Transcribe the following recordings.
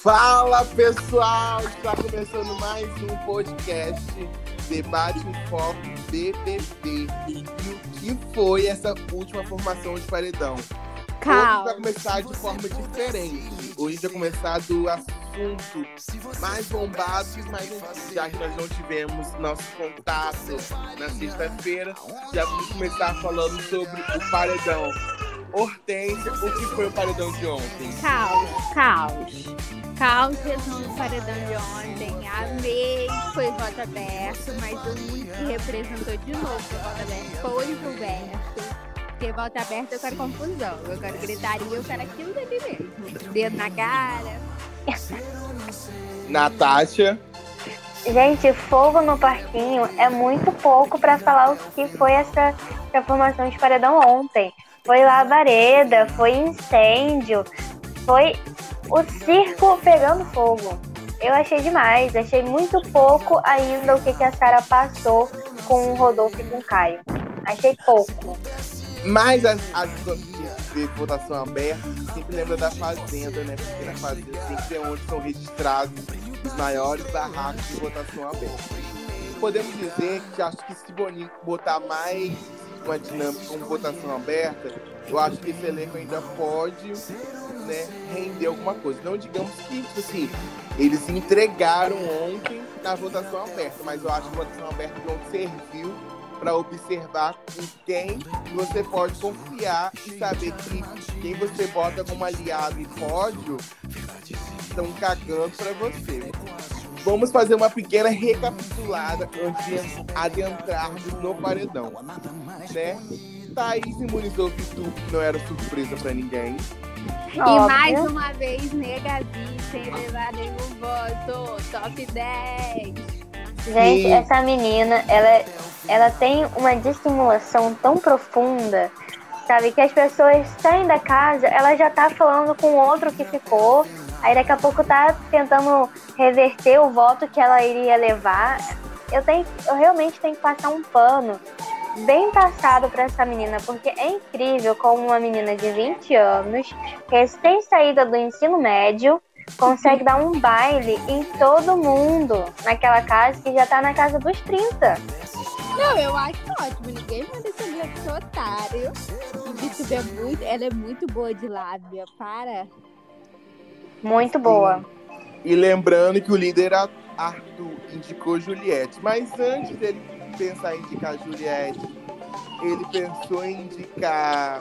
Fala, pessoal! Está começando mais um podcast Debate em Foco BBB. E o que foi essa última formação de paredão? Hoje vai começar de forma diferente. Hoje vai começar do assunto mais bombado e mais antigo. Já que nós não tivemos nosso contato na sexta-feira, já vamos começar falando sobre o paredão. Hortência, o que foi o paredão de ontem? Caos, resumo do paredão de ontem. Amei, foi voto aberto, mas o único que representou de novo o voto aberto foi o Gilberto. Porque voto aberto eu quero confusão, eu quero gritaria, eu quero aquilo dali mesmo. Dedo na cara. Natasha. Gente, fogo no parquinho é muito pouco pra falar o que foi essa formação de paredão ontem. Foi labareda, foi incêndio, foi o circo pegando fogo. Eu achei demais, achei muito pouco ainda o que a Sara passou com o Rodolfo e com o Caio. Achei pouco. Mas as de votação aberta sempre lembra da Fazenda, né? Porque na Fazenda sempre é onde são registrados os maiores barracos de votação aberta. Podemos dizer que acho que se Boninho botar mais uma dinâmica com votação aberta, eu acho que esse elenco ainda pode, né, render alguma coisa. Não digamos que, tipo assim, eles entregaram ontem na votação aberta, mas eu acho que a votação aberta não serviu para observar em quem você pode confiar e saber que quem você bota como aliado e pódio estão cagando para você. Vamos fazer uma pequena recapitulada antes de adentrarmos no paredão, né? Thaís imunizou Vitu, que não era surpresa pra ninguém. E mais uma vez, Gabi, sem levar nenhum voto, top 10. Gente, essa menina, ela tem uma dissimulação tão profunda, sabe? Que as pessoas saem da casa, ela já tá falando com outro que ficou. Aí daqui a pouco tá tentando reverter o voto que ela iria levar. Eu realmente tenho que passar um pano bem passado pra essa menina, porque é incrível como uma menina de 20 anos, recém-saída do ensino médio, consegue dar um baile em todo mundo naquela casa que já tá na casa dos 30. Não, eu acho ótimo. Ninguém manda essa mulher ser otário. Ela é muito boa de lábia. Para. Muito boa. E lembrando que o líder Arthur indicou Juliette. Mas antes dele pensar em indicar Juliette, ele pensou em indicar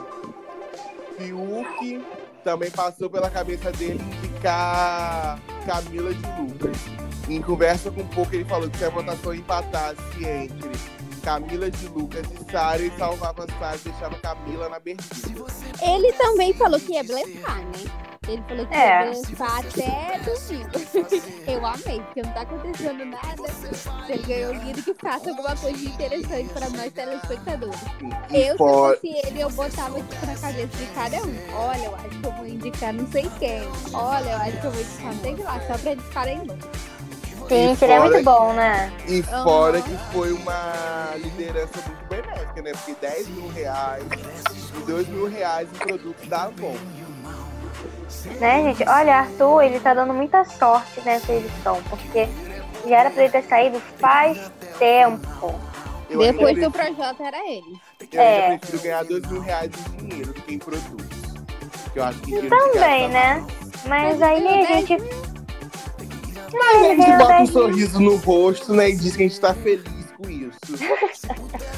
Fiuk. Também passou pela cabeça dele indicar Camila de Lucas. Em conversa com um pouco, ele falou que se a votação empatasse entre Camila de Lucas e Sara, ele salvava Sara e deixava Camila na berlinda. Ele também falou que ia blefar, né? Ele falou que ia blefar até domingo. Eu amei, porque não tá acontecendo nada. Se ele ganhou o líder, que faça alguma coisa interessante para nós telespectadores. Se fosse ele, eu botava tipo na cabeça de cada um. Olha, eu acho que eu vou indicar não sei quem. Olha, eu acho que eu vou indicar não sei lá, só pra eles ficarem loucos. Sim, seria muito bom, né? E fora que foi uma liderança muito benéfica, né? Porque R$10 mil e R$2 mil em produtos dá bom. Né, gente? Olha, Arthur, ele tá dando muita sorte nessa edição, porque já era pra ele ter saído faz tempo. Depois do projeto era ele. Eu ainda prefiro ganhar R$2 mil em dinheiro do que em produtos. Que eu acho que também, né? Mas aí a gente... Mas a gente bota um sorriso no rosto, né? E diz que a gente tá feliz com isso.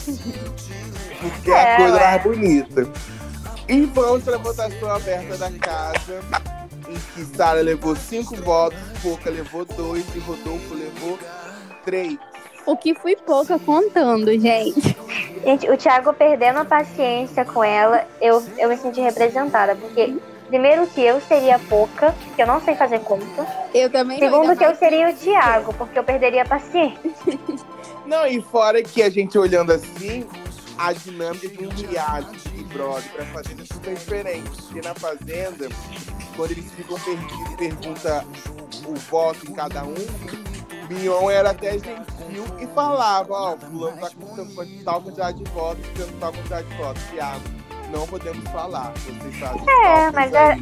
Porque é a coisa mais bonita. E vamos para a votação aberta da casa, em que Sara levou 5 votos, Poca levou 2 e Rodolfo levou 3. O que foi Poca contando, gente? Gente, o Thiago perdendo a paciência com ela, eu me senti representada, porque primeiro que eu seria Poca, que eu não sei fazer conta. Eu também não. Segundo que eu seria o Thiago, porque eu perderia a paciência. Não, e fora que a gente olhando assim, a dinâmica de um reality de brother pra Fazenda é super diferente. Porque na Fazenda, quando eles ficam perdidos, pergunta o voto em cada um, Mion era até gentil e falava, fulano tá com tal quantidade de votos, fulano tal quantidade de votos. Thiago, não podemos falar. Vocês fazem mas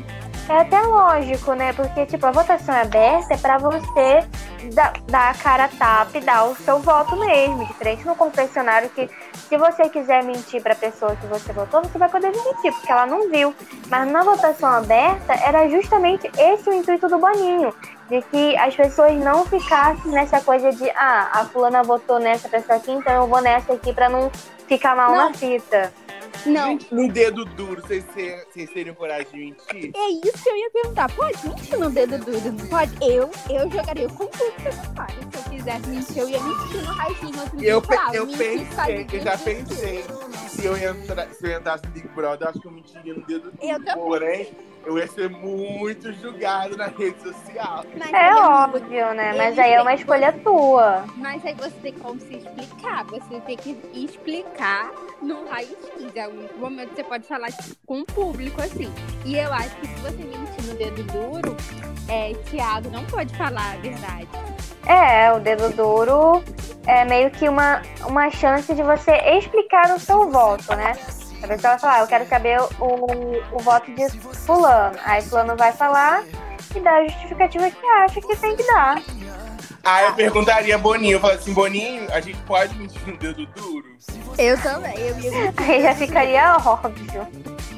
é até lógico, né? Porque, tipo, a votação aberta é pra você dar a cara a tapa e dar o seu voto mesmo. Diferente no confessionário que, se você quiser mentir pra pessoa que você votou, você vai poder mentir, porque ela não viu. Mas na votação aberta, era justamente esse o intuito do Boninho. De que as pessoas não ficassem nessa coisa de a fulana votou nessa pessoa aqui, então eu vou nessa aqui pra não ficar mal na fita. Não. Gente, no dedo duro, vocês teriam coragem de mentir? É isso que eu ia perguntar. Pode mentir no dedo duro? Não pode? Eu jogaria com tudo que eu faço. Se eu quisesse mentir, eu ia mentir no raio-x. Eu já pensei. Se eu entrasse no Big Brother, eu acho que eu mentiria no dedo duro. Porém, eu ia ser muito julgado na rede social. É óbvio, né? Mas aí é uma escolha tua. Mas aí você tem como se explicar. Você tem que explicar no raio-x. É o único momento que você pode falar com o público, assim. E eu acho que se você mentir no dedo duro, Thiago não pode falar a verdade. O dedo duro é meio que uma chance de você explicar o seu voto, né? A pessoa vai falar, eu quero saber o voto de fulano. Aí fulano vai falar e dá a justificativa que acha que tem que dar. Eu perguntaria a Boninho, eu falaria assim, Boninho, a gente pode mentir no dedo duro? Eu também, Aí já ficaria óbvio.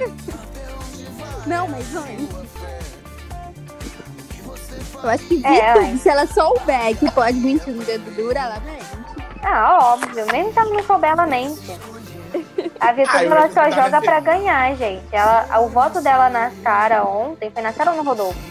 Não, mas antes. Eu acho que se ela souber que pode mentir no dedo duro, ela mente. Óbvio, mesmo se ela não souber, ela mente. A Vitória ela só joga pra ganhar, gente. O voto dela na Sara ontem, foi na Sara ou no Rodolfo?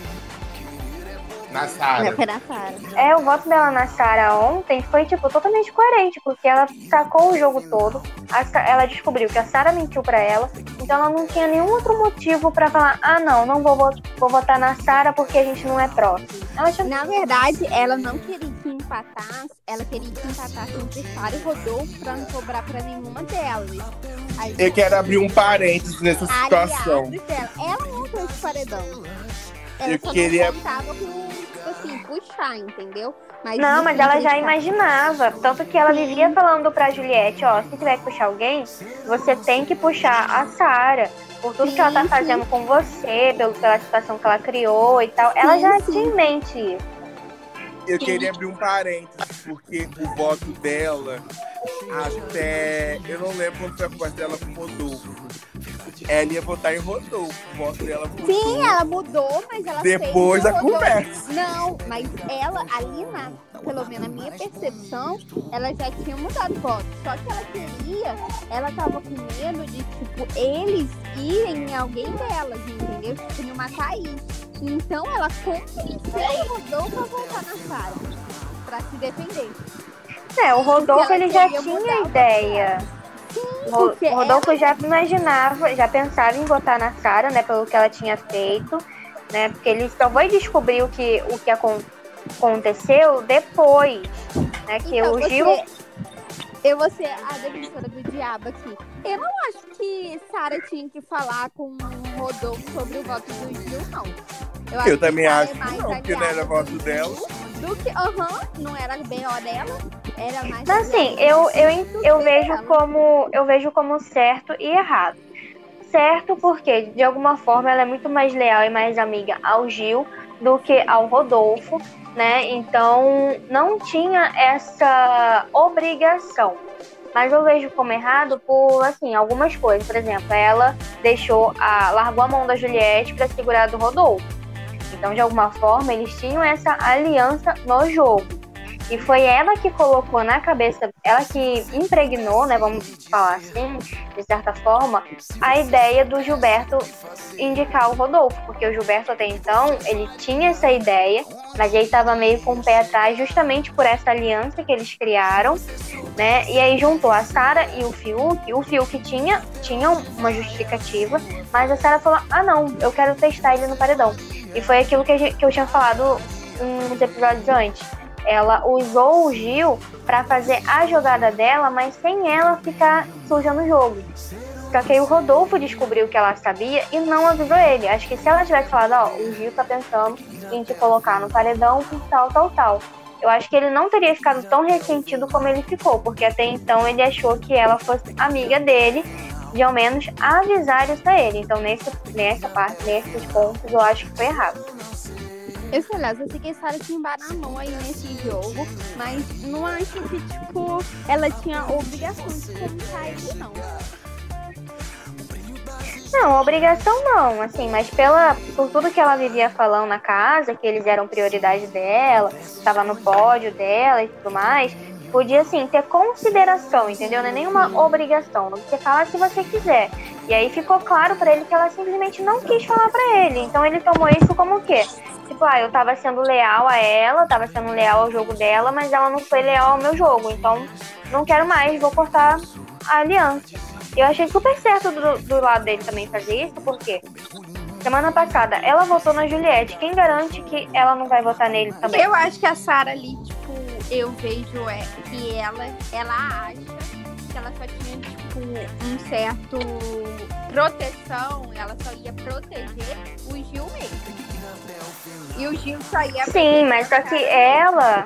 Na Sara. Foi na Sara. O voto dela na Sara ontem foi, tipo, totalmente coerente, porque ela sacou o jogo todo, ela descobriu que a Sara mentiu pra ela, então ela não tinha nenhum outro motivo pra falar, não vou votar na Sara porque a gente não é próximo. Na verdade, ela não queria que empatasse, ela queria que empatasse entre Sara e Rodolfo pra não sobrar pra nenhuma delas. Eu quero abrir um parênteses nessa situação. Ela não fez paredão. Ela eu só queria... não contava com, assim, puxar, entendeu? Mas ela já imaginava. Tanto que ela vivia falando pra Juliette, se tiver que puxar alguém, você tem que puxar a Sara. Por tudo que ela tá fazendo com você, pela situação que ela criou e tal. Ela já tinha em mente isso. Eu queria abrir um parênteses, porque o voto dela, até... Eu não lembro quando foi a conversa dela com o Rodolfo. Ela ia votar em Rodolfo. O voto dela mudou. Sim, ela mudou, mas ela depois da conversa. Não, mas ela, ali pelo menos na minha percepção, ela já tinha mudado o voto. Só que ela tava com medo de, tipo, eles irem em alguém delas, entendeu? Tipo, em uma Thaís. Então ela convenceu o Rodolfo a voltar na Sara pra se defender. O Rodolfo ele já tinha ideia. O Rodolfo já imaginava, já pensava em votar na Sara, né, pelo que ela tinha feito, né, porque ele só foi descobrir o que aconteceu depois, né, que então, o Gil... Eu vou ser a defensora do diabo aqui. Eu não acho que Sara tinha que falar com o Rodolfo sobre o voto do Gil, não. Eu também acho que não, porque não era voto dela. Do que, não era BO dela, era mais... Assim, eu vejo como certo e errado. Certo porque, de alguma forma, ela é muito mais leal e mais amiga ao Gil do que ao Rodolfo, né? Então, não tinha essa obrigação. Mas eu vejo como errado por, assim, algumas coisas. Por exemplo, ela largou a mão da Juliette para segurar do Rodolfo. Então, de alguma forma, eles tinham essa aliança no jogo. E foi ela que colocou na cabeça, ela que impregnou, né, vamos falar assim, de certa forma, a ideia do Gilberto indicar o Rodolfo. Porque o Gilberto, até então, ele tinha essa ideia, mas ele estava meio com o pé atrás justamente por essa aliança que eles criaram, né? E aí juntou a Sara e o Fiuk tinha uma justificativa, mas a Sara falou, não, eu quero testar ele no paredão. E foi aquilo que eu tinha falado uns episódios antes. Ela usou o Gil pra fazer a jogada dela, mas sem ela ficar suja no jogo. Só que aí o Rodolfo descobriu que ela sabia e não avisou ele. Acho que se ela tivesse falado, o Gil tá pensando em te colocar no paredão por tal. Eu acho que ele não teria ficado tão ressentido como ele ficou, porque até então ele achou que ela fosse amiga dele, de ao menos avisar isso a ele. Então, nessa parte, nesses pontos, eu acho que foi errado. Eu sei lá, eu sei que a Sarah se embananou aí nesse jogo, mas não acho que, tipo, ela tinha obrigação de contar ele, não. Não, obrigação não, assim, mas por tudo que ela vivia falando na casa, que eles eram prioridade dela, estava no pódio dela e tudo mais, podia, assim, ter consideração, entendeu? Não é nenhuma obrigação, você fala se você quiser. E aí ficou claro pra ele que ela simplesmente não quis falar pra ele, então ele tomou isso como o quê? Tipo, eu tava sendo leal a ela, tava sendo leal ao jogo dela, mas ela não foi leal ao meu jogo, então não quero mais, vou cortar a aliança. Eu achei super certo do lado dele também fazer isso, porque semana passada ela votou na Juliette. Quem garante que ela não vai votar nele também? Eu acho que a Sarah ali, tipo, eu vejo que ela acha que ela só tinha, tipo, um certo proteção, ela só ia proteger o Gil mesmo. E o Gil só ia... Sim, mas só que ela...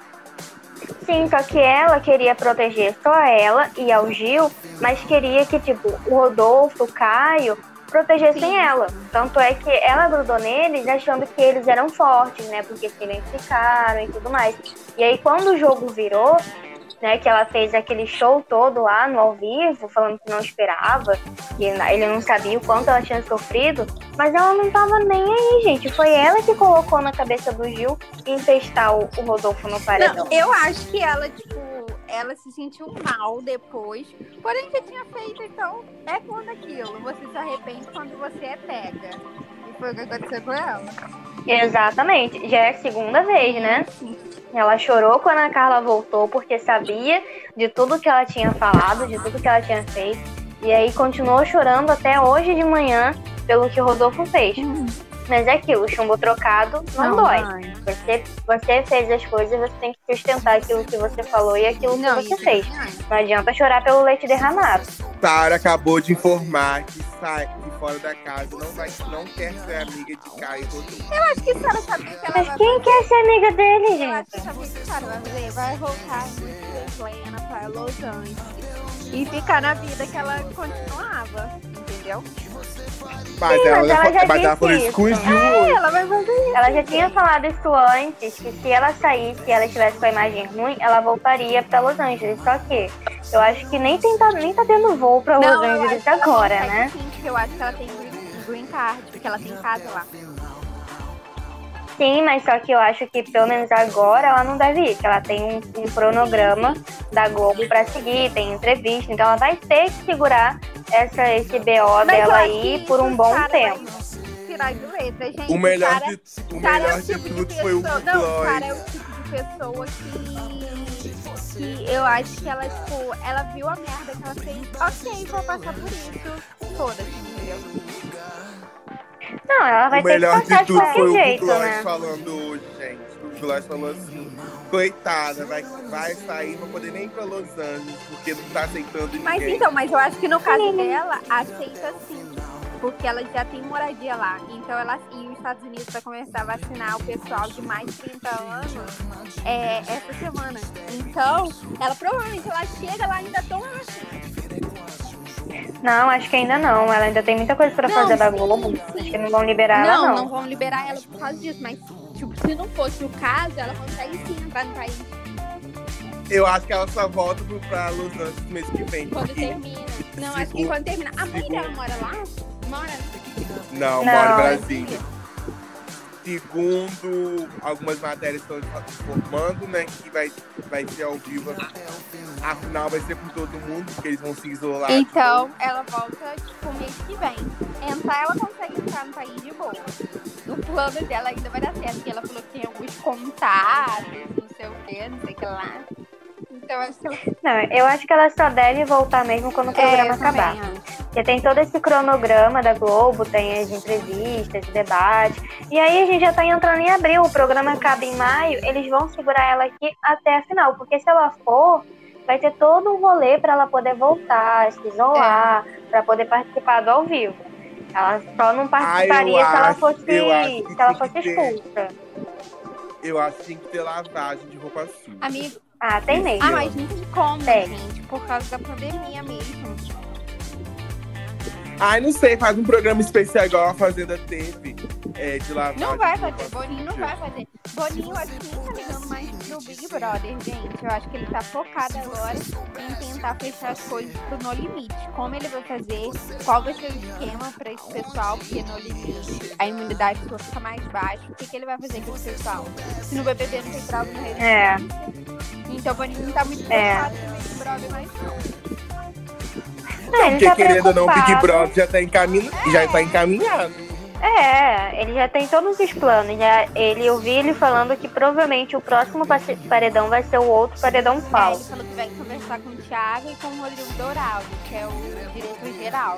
Sim, só que ela queria proteger só ela e ao Gil, mas queria que, tipo, o Rodolfo, o Caio, protegessem ela. Tanto é que ela grudou neles achando que eles eram fortes, né? Porque se identificaram e tudo mais. E aí, quando o jogo virou, né, que ela fez aquele show todo lá no ao vivo, falando que não esperava, que ele não sabia o quanto ela tinha sofrido, mas ela não tava nem aí, gente. Foi ela que colocou na cabeça do Gil infestar o Rodolfo no paredão. Não, eu acho que ela, tipo, ela se sentiu mal depois, porém já tinha feito, então é quando aquilo. Você se arrepende quando você é pega. E foi o que aconteceu com ela. Exatamente. Já é a segunda vez, né? Ela chorou quando a Carla voltou, porque sabia de tudo que ela tinha falado, de tudo que ela tinha feito. E aí continuou chorando até hoje de manhã pelo que o Rodolfo fez. Mas é aquilo, chumbo trocado não dói. Você fez as coisas, você tem que sustentar aquilo que você falou e aquilo que você fez. Não adianta chorar pelo leite derramado. Sarah acabou de informar que sai de fora da casa, não quer ser amiga de Caio e Rodolfo. Eu acho que Sarah sabia que ela Mas quem quer ser amiga dele, Eu gente? acho que sabia que Sarah vai voltar de Plena para Los Angeles e ficar na vida que ela continuava, entendeu? Mas Sim, ela falou isso com o Gil hoje. Ela vai fazer isso. Ela já tinha falado isso antes, que se ela saísse e ela estivesse com a imagem ruim, ela voltaria pra Los Angeles. Só que eu acho que nem tá tendo voo pra Los Angeles agora, né? Sim, porque eu acho que ela tem green card, porque ela tem casa lá. Sim, mas só que eu acho que pelo menos agora ela não deve ir, que ela tem um cronograma da Globo pra seguir, tem entrevista, então ela vai ter que segurar esse BO dela aí por um bom tempo. Tirar de letra, gente. O melhor Sarah, de tudo foi o Floyd. Não, Sarah é o tipo de pessoa que eu acho que ela, tipo, ela viu a merda que ela fez. Ok, vou passar por isso. Foda-se, entendeu? Não, ela vai ter que passar de qualquer jeito, Floyd né? falando hoje, gente. O Floyd falou assim, coitada, vai sair, não poder nem ir pra Los Angeles, porque não tá aceitando ninguém. Mas eu acho que no caso dela, aceita sim. Porque ela já tem moradia lá. Então e os Estados Unidos vai começar a vacinar o pessoal de mais de 30 anos essa semana. Então, ela provavelmente chega lá e ainda toma vacina. Não, acho que ainda não. Ela ainda tem muita coisa pra fazer da Globo. Acho que não vão liberar ela, não. Não vão liberar ela por causa disso. Mas, tipo, se não fosse o caso, ela consegue sim entrar no país. Eu acho que ela só volta pra Los Angeles no mês que vem. Quando termina. Não, acho que quando termina. A mãe dela mora lá? Não, mora em Brasília. Segundo algumas matérias estão informando, né, que vai ser ao vivo. A final vai ser com todo mundo, porque eles vão se isolar. Então, ela volta, tipo, mês que vem. Entrar, ela consegue entrar no país de boa. O plano dela ainda vai dar certo, porque ela falou que tem alguns contatos, não sei o que, não sei o que lá. Então, acho que ela... Não, eu acho que ela só deve voltar mesmo quando o programa acabar. Porque tem todo esse cronograma da Globo, tem as entrevistas, debates. E aí a gente já tá entrando em abril, o programa acaba em maio, eles vão segurar ela aqui até a final. Porque se ela for, vai ter todo um rolê pra ela poder voltar, se isolar, pra poder participar do ao vivo. Ela só não participaria se ela fosse expulsa. Eu acho que tem que ter lavagem de roupa suja. Amigo. Tem mesmo. Mas não tem como, gente, por causa da pandemia mesmo. Ai, não sei, faz um programa especial igual a Fazenda teve. De lavagem. Não vai fazer, Boninho não vai fazer. Boninho, eu acho que nem tá ligando mais pro Big Brother, gente. Eu acho que ele tá focado agora em tentar fechar as coisas pro No Limite. Como ele vai fazer, qual vai ser o esquema pra esse pessoal, porque No Limite a imunidade sua fica mais baixa. O que ele vai fazer com esse pessoal? Se no BBB não tem prova no resistência. Então o Boninho não tá muito preocupado com o Big Brother mais não. Porque tá querendo ou não, o Big Brother já tá encaminhado. Ele já tem todos os planos. Eu vi ele falando que provavelmente o próximo paredão vai ser o outro paredão falso. Ele falou que vai conversar com o Thiago e com o Rodrigo Dourado, que é o diretor-geral.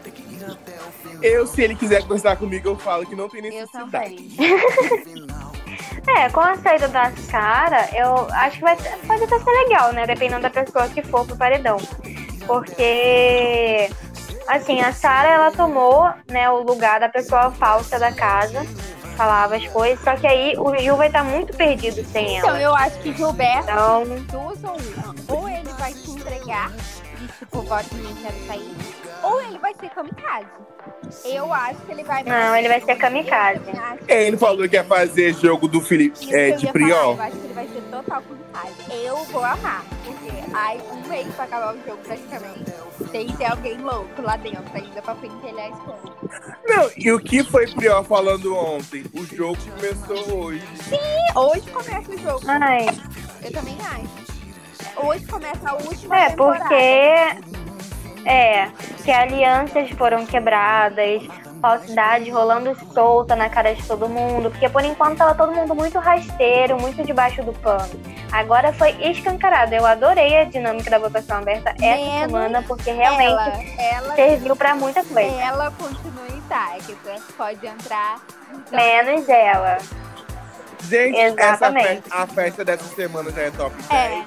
Se ele quiser conversar comigo, eu falo que não tem necessidade. Eu também. Com a saída da Sara, eu acho que pode até ser legal, né? Dependendo da pessoa que for pro paredão. Porque... assim, a Sara, ela tomou, né, o lugar da pessoa falsa da casa, falava as coisas, só que aí o Gil vai estar muito perdido sem ela. Então, eu acho que Gilberto, duas ou uma. Ou ele vai se entregar e, tipo, voto em mim, quero sair, ou ele vai ser kamikaze. Eu acho que ele vai... Não, ele vai ser kamikaze. Ele falou que ia fazer jogo do Felipe de Priol. Eu acho que ele vai ser total kamikaze. Eu vou amar, porque um mês pra acabar o jogo praticamente. Tem que ter alguém louco lá dentro ainda pra pentelhar a escola. Não, e o que foi Priol falando ontem? O jogo começou hoje. Sim, hoje começa o jogo. Ai. Eu também acho. Hoje começa a última temporada. Porque alianças foram quebradas, falsidade rolando solta na cara de todo mundo, porque por enquanto tava todo mundo muito rasteiro, muito debaixo do pano. Agora foi escancarado. Eu adorei a dinâmica da votação aberta essa semana, porque realmente ela serviu pra muita coisa. Ela continua intacta, pode entrar. Então... menos ela. Gente, a festa dessa semana já é top 10.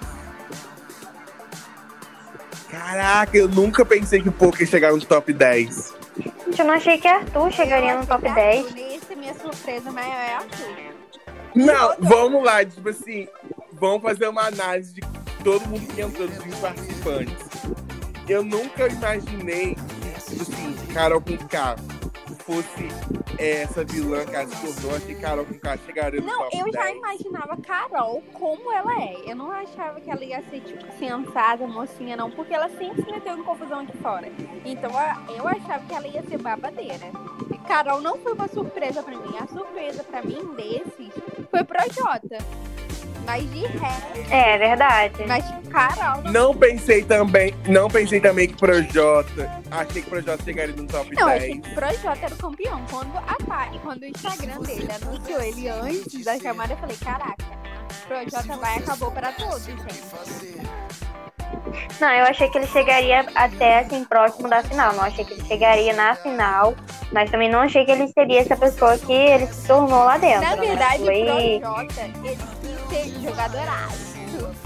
Caraca, eu nunca pensei que o Poker ia chegar no top 10. Gente, eu não achei que Arthur chegaria no top 10. Essa é minha surpresa maior é Arthur. Não, vamos lá, tipo assim, vamos fazer uma análise de todo mundo que entrou dos 20 participantes. Eu nunca imaginei que, tipo assim, Carol com K fosse essa vilã que ela se tornou, achei que Carol com K chegaria no top 10. Não, eu já imaginava Carol como ela é. Eu não achava que ela ia ser, tipo, sensata, mocinha, não, porque ela sempre se meteu em confusão aqui fora. Então, eu achava que ela ia ser babadeira. E Carol não foi uma surpresa pra mim. A surpresa pra mim desses foi Projota. Mas de resto... É verdade. Mas Carol... Não pensei também que Projota... Achei que Projota chegaria no top 10. Não, achei que Projota era o campeão. Quando o Instagram dele anunciou ele antes da chamada, eu falei, caraca, Projota acabou para todos, gente. Não, eu achei que ele chegaria até, assim, próximo da final. Não achei que ele chegaria na final, mas também não achei que ele seria essa pessoa que ele se tornou lá dentro. Na verdade, né? Projota, ele quis ser jogadoraço.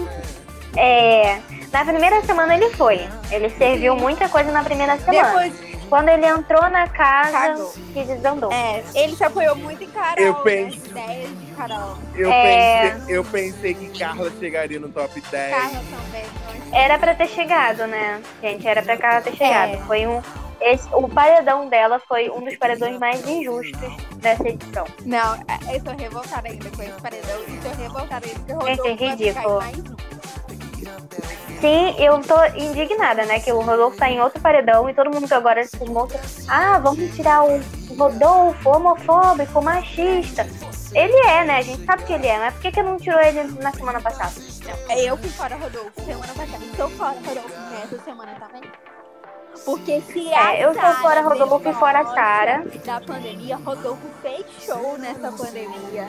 Na primeira semana ele foi. Ele serviu muita coisa na primeira semana. Depois... Quando ele entrou na casa, que desandou. Ele se apoiou muito em Carol, nas ideias de Carol. Eu pensei que Carla chegaria no top 10. Carla também. Era pra ter chegado, né? Gente, era pra Carla ter chegado. Foi o paredão dela foi um dos paredões mais injustos dessa edição. Não, eu tô revoltada ainda com esse paredão. E tô revoltada ainda que o Rodolfo é ridículo. Vai ficar mais um. Sim, eu tô indignada, né? Que o Rodolfo tá em outro paredão e todo mundo agora se mostra. Vamos tirar o Rodolfo, homofóbico, machista. Ele é, né? A gente sabe que ele é, mas por que não tirou ele na semana passada? Eu fui fora Rodolfo semana passada. Estou fora Rodolfo nessa semana também. Porque se eu sou fora Rodolfo e fora Sara. Da pandemia, Rodolfo fez show nessa pandemia.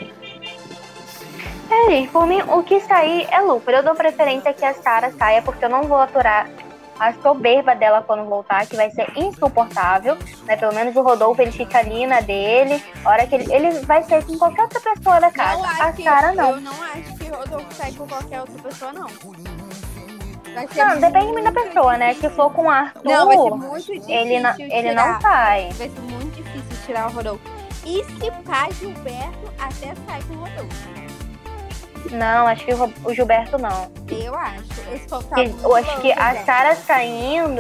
Gente, por mim, o que sair é lucro. Eu dou preferência que a Sara saia, porque eu não vou aturar a soberba dela quando voltar, que vai ser insuportável, né? Pelo menos o Rodolfo, ele fica ali na dele. A hora que ele vai sair com qualquer outra pessoa da casa. A Sara não. Eu não acho que o Rodolfo sai com qualquer outra pessoa, não. Não, depende muito da pessoa, né? Se for com o Arthur, vai ser muito difícil ele não sai. Vai ser muito difícil tirar o Rodolfo. E se pá, Gilberto até sai com o Rodolfo. Não, acho que o Gilberto não. Eu acho. Eu acho que a Sara saindo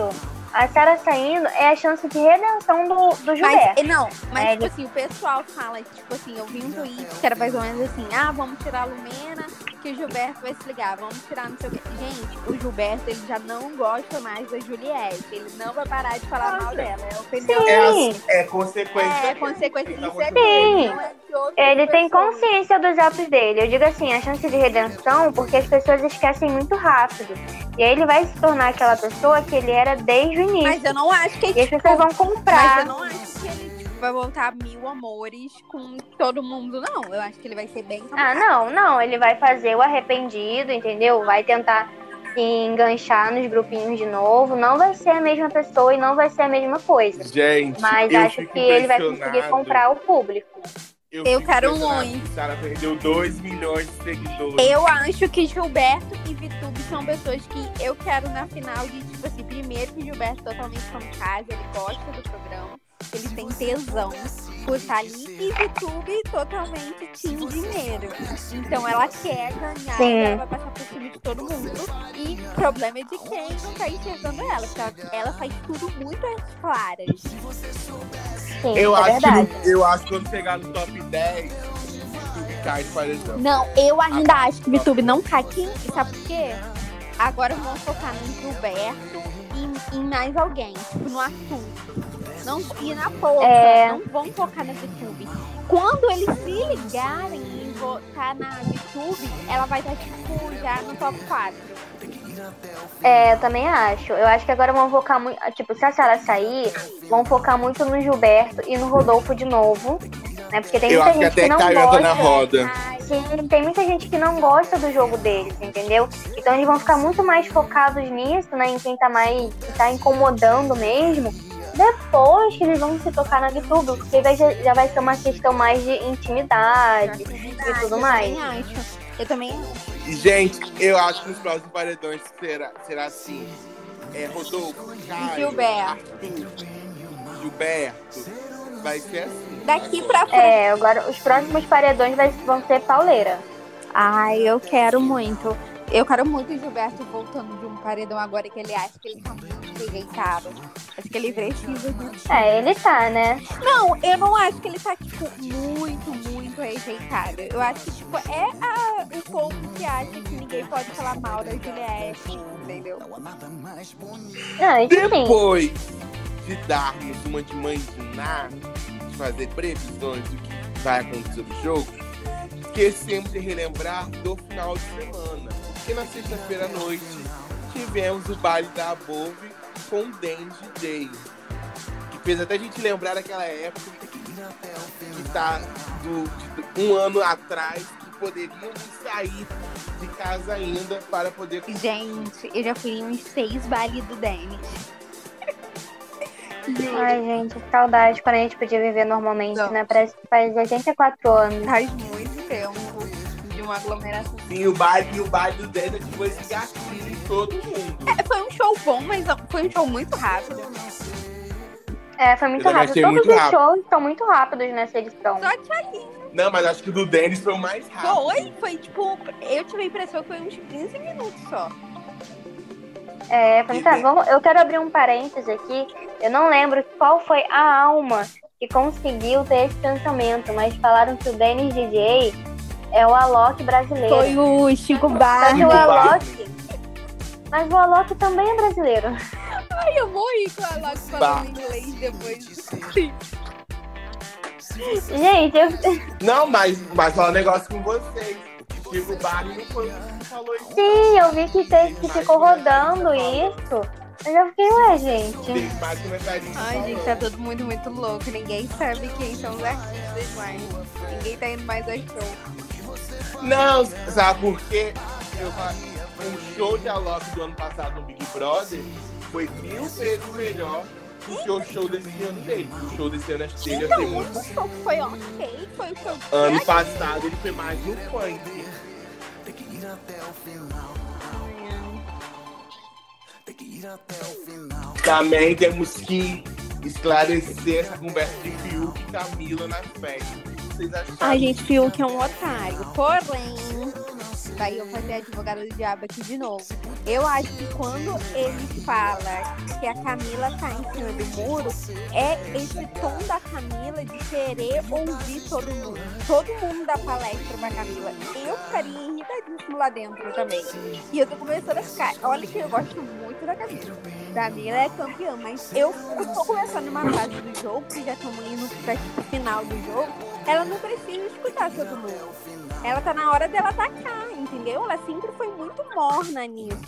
A Sarah saindo é a chance de redenção do Gilberto. Mas tipo assim, o pessoal fala, tipo assim, eu vi um tweet que era mais ou menos assim, vamos tirar a Lumena, que o Gilberto vai se ligar, vamos tirar não sei o que. Gente, o Gilberto, ele já não gosta mais da Juliette, ele não vai parar de falar mal dela, é a opinião dele. É consequência. É consequência disso, Sim. Ele tem consciência dos atos dele. Eu digo assim, a chance de redenção, porque as pessoas esquecem muito rápido. E aí ele vai se tornar aquela pessoa que ele era desde o início. Mas eu não acho que e as pessoas vão comprar. Mas eu não acho que ele vai voltar 1000 amores com todo mundo, não. Eu acho que ele vai ser bem... Não. Ele vai fazer o arrependido, entendeu? Vai tentar se enganchar nos grupinhos de novo. Não vai ser a mesma pessoa e não vai ser a mesma coisa. Gente, mas acho que ele vai conseguir comprar o público. Eu quero muito. A Sarah perdeu 2 milhões de seguidores. Eu acho que Gilberto e VTube são pessoas que eu quero na final de, tipo assim, primeiro que Gilberto totalmente kamikaze, ele gosta do programa, ele tem tesão por estar ali, e VTube totalmente time dinheiro. Então ela quer ganhar, ela vai passar por cima de todo mundo. E o problema é de quem não tá enxergando ela, porque ela faz tudo muito às claras. Sim, eu acho que quando chegar no top 10, VTube cai de paredão. Não, eu ainda acho que VTube não cai. Sabe por quê? Agora vamos focar no Gilberto e em mais alguém, tipo no Arthur. E na força, não vão focar na VTube. Quando eles se ligarem em votar na VTube, ela vai estar tipo já no top 4. Eu também acho. Eu acho que agora vão focar muito. Tipo, se a Sarah sair, vão focar muito no Gilberto e no Rodolfo de novo. Né? Porque tem muita gente que não gosta. Na roda. Sim, tem muita gente que não gosta do jogo deles, entendeu? Então eles vão ficar muito mais focados nisso, né? Em quem que tá incomodando mesmo. Depois que eles vão se tocar na VTube, porque já vai ser uma questão mais de intimidade e tudo mais. Eu também acho. Gente, eu acho que nos próximos paredões será assim. Rodolfo, Caio, Gilberto. Vai ser assim. Daqui pra frente. Agora os próximos paredões vão ser pauleira. Ai, eu quero muito. Eu quero muito o Gilberto voltando de um paredão agora que ele acha que ele tá muito rejeitado. Acho que ele precisa disso. Ele tá, né? Não, eu não acho que ele tá, tipo, muito, muito rejeitado. Eu acho que, tipo, o povo que acha que ninguém pode falar mal da Juliette, entendeu? Depois de darmos uma de imaginar, de fazer previsões do que vai acontecer no jogo, esquecemos de relembrar do final de semana. Porque na sexta-feira à noite tivemos o baile da Above com o Denis DJ. Que fez até a gente lembrar daquela época que tá de um ano atrás, que poderíamos sair de casa ainda para poder... Gente, eu já fui em uns 6 bailes do Denis. Ai, gente, saudade quando a gente podia viver normalmente, né? Parece que faz 84 anos. Faz muito tempo de uma aglomeração. Sim, o baile do Denis foi esse gatilho em todo mundo. Foi um show bom, mas foi um show muito rápido. Foi muito rápido. Todos os shows estão muito rápidos nessa edição. Só Tchalinho. Não, mas acho que o do Denis foi o mais rápido. Foi tipo, eu tive a impressão que foi uns 15 minutos só. Eu quero abrir um parênteses aqui. Eu não lembro qual foi a alma que conseguiu ter esse pensamento, mas falaram que o Denis DJ é o Alok brasileiro. Foi o Chico Barney. Mas o Alok também é brasileiro. Ai, eu morri com o Alok falando inglês depois. Gente, Não, mas falar um negócio com vocês. Chico Barney não foi o que falou isso. Sim, eu vi que ficou rodando isso. Eu já fiquei, gente. Ai, gente, tá todo mundo muito louco. Ninguém sabe quem são os artistas mais. Ninguém tá indo mais a show. Não, sabe por quê? O show de Alok do ano passado no Big Brother foi 1000 vezes melhor do que o show desse ano dele. O show desse ano dele eu tenho muito. O show foi ok, foi o show. Ano passado ele foi mais no funk. Também temos que esclarecer essa conversa de Fiuk e Camila na festa. Vocês acharam? Ai, gente, Fiuk é um otário. Porém, daí eu vou fazer advogada do diabo aqui de novo. Eu acho que quando ele fala que a Camila tá em cima do muro, é esse tom da Camila de querer ouvir todo mundo. Todo mundo dá palestra pra Camila. Eu ficaria irritadíssimo lá dentro também. E eu tô começando a ficar... Olha que eu gosto muito da Camila. Camila é campeã, mas eu tô começando uma fase do jogo, que já estamos indo pro final do jogo, ela não precisa escutar todo mundo. Ela tá na hora dela atacar, entendeu? Ela sempre foi muito morna nisso.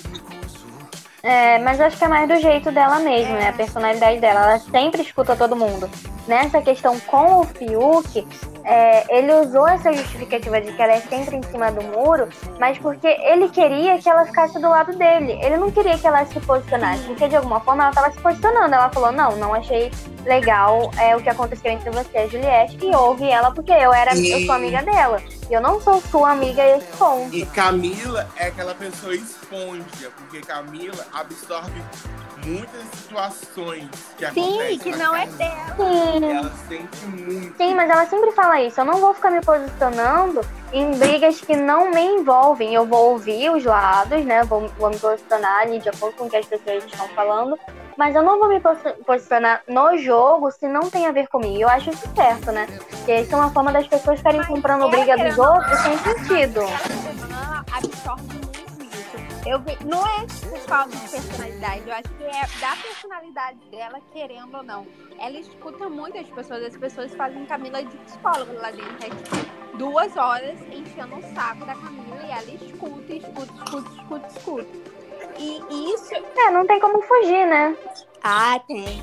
Mas acho que é mais do jeito dela mesmo, né? A personalidade dela. Ela sempre escuta todo mundo. Nessa questão com o Fiuk, ele usou essa justificativa de que ela é sempre em cima do muro, mas porque ele queria que ela ficasse do lado dele. Ele não queria que ela se posicionasse, porque de alguma forma ela estava se posicionando. Ela falou, não achei legal o que aconteceu entre você e a Juliette, e ouve ela porque eu sou amiga dela. E eu não sou sua amiga a esse ponto. E Camila é aquela pessoa esponja, porque Camila absorve muitas situações que acontecem. Sim, que não é dela. Sim. Ela sente muito. Sim, mas ela sempre fala isso. Eu não vou ficar me posicionando em brigas que não me envolvem. Eu vou ouvir os lados, né? Vou me posicionar ali de acordo com o que as pessoas estão falando. Mas eu não vou me posicionar no jogo se não tem a ver comigo. Eu acho isso certo, né? Porque isso é uma forma das pessoas ficarem comprando briga dos outros sem sentido. Ela absorve muito isso. Não é por causa de personalidade, eu acho que é da personalidade dela, querendo ou não. Ela escuta muito as pessoas fazem Camila de psicóloga lá dentro. É tipo 2 horas enchendo o saco da Camila e ela escuta. E isso... não tem como fugir, né? Ah, tem.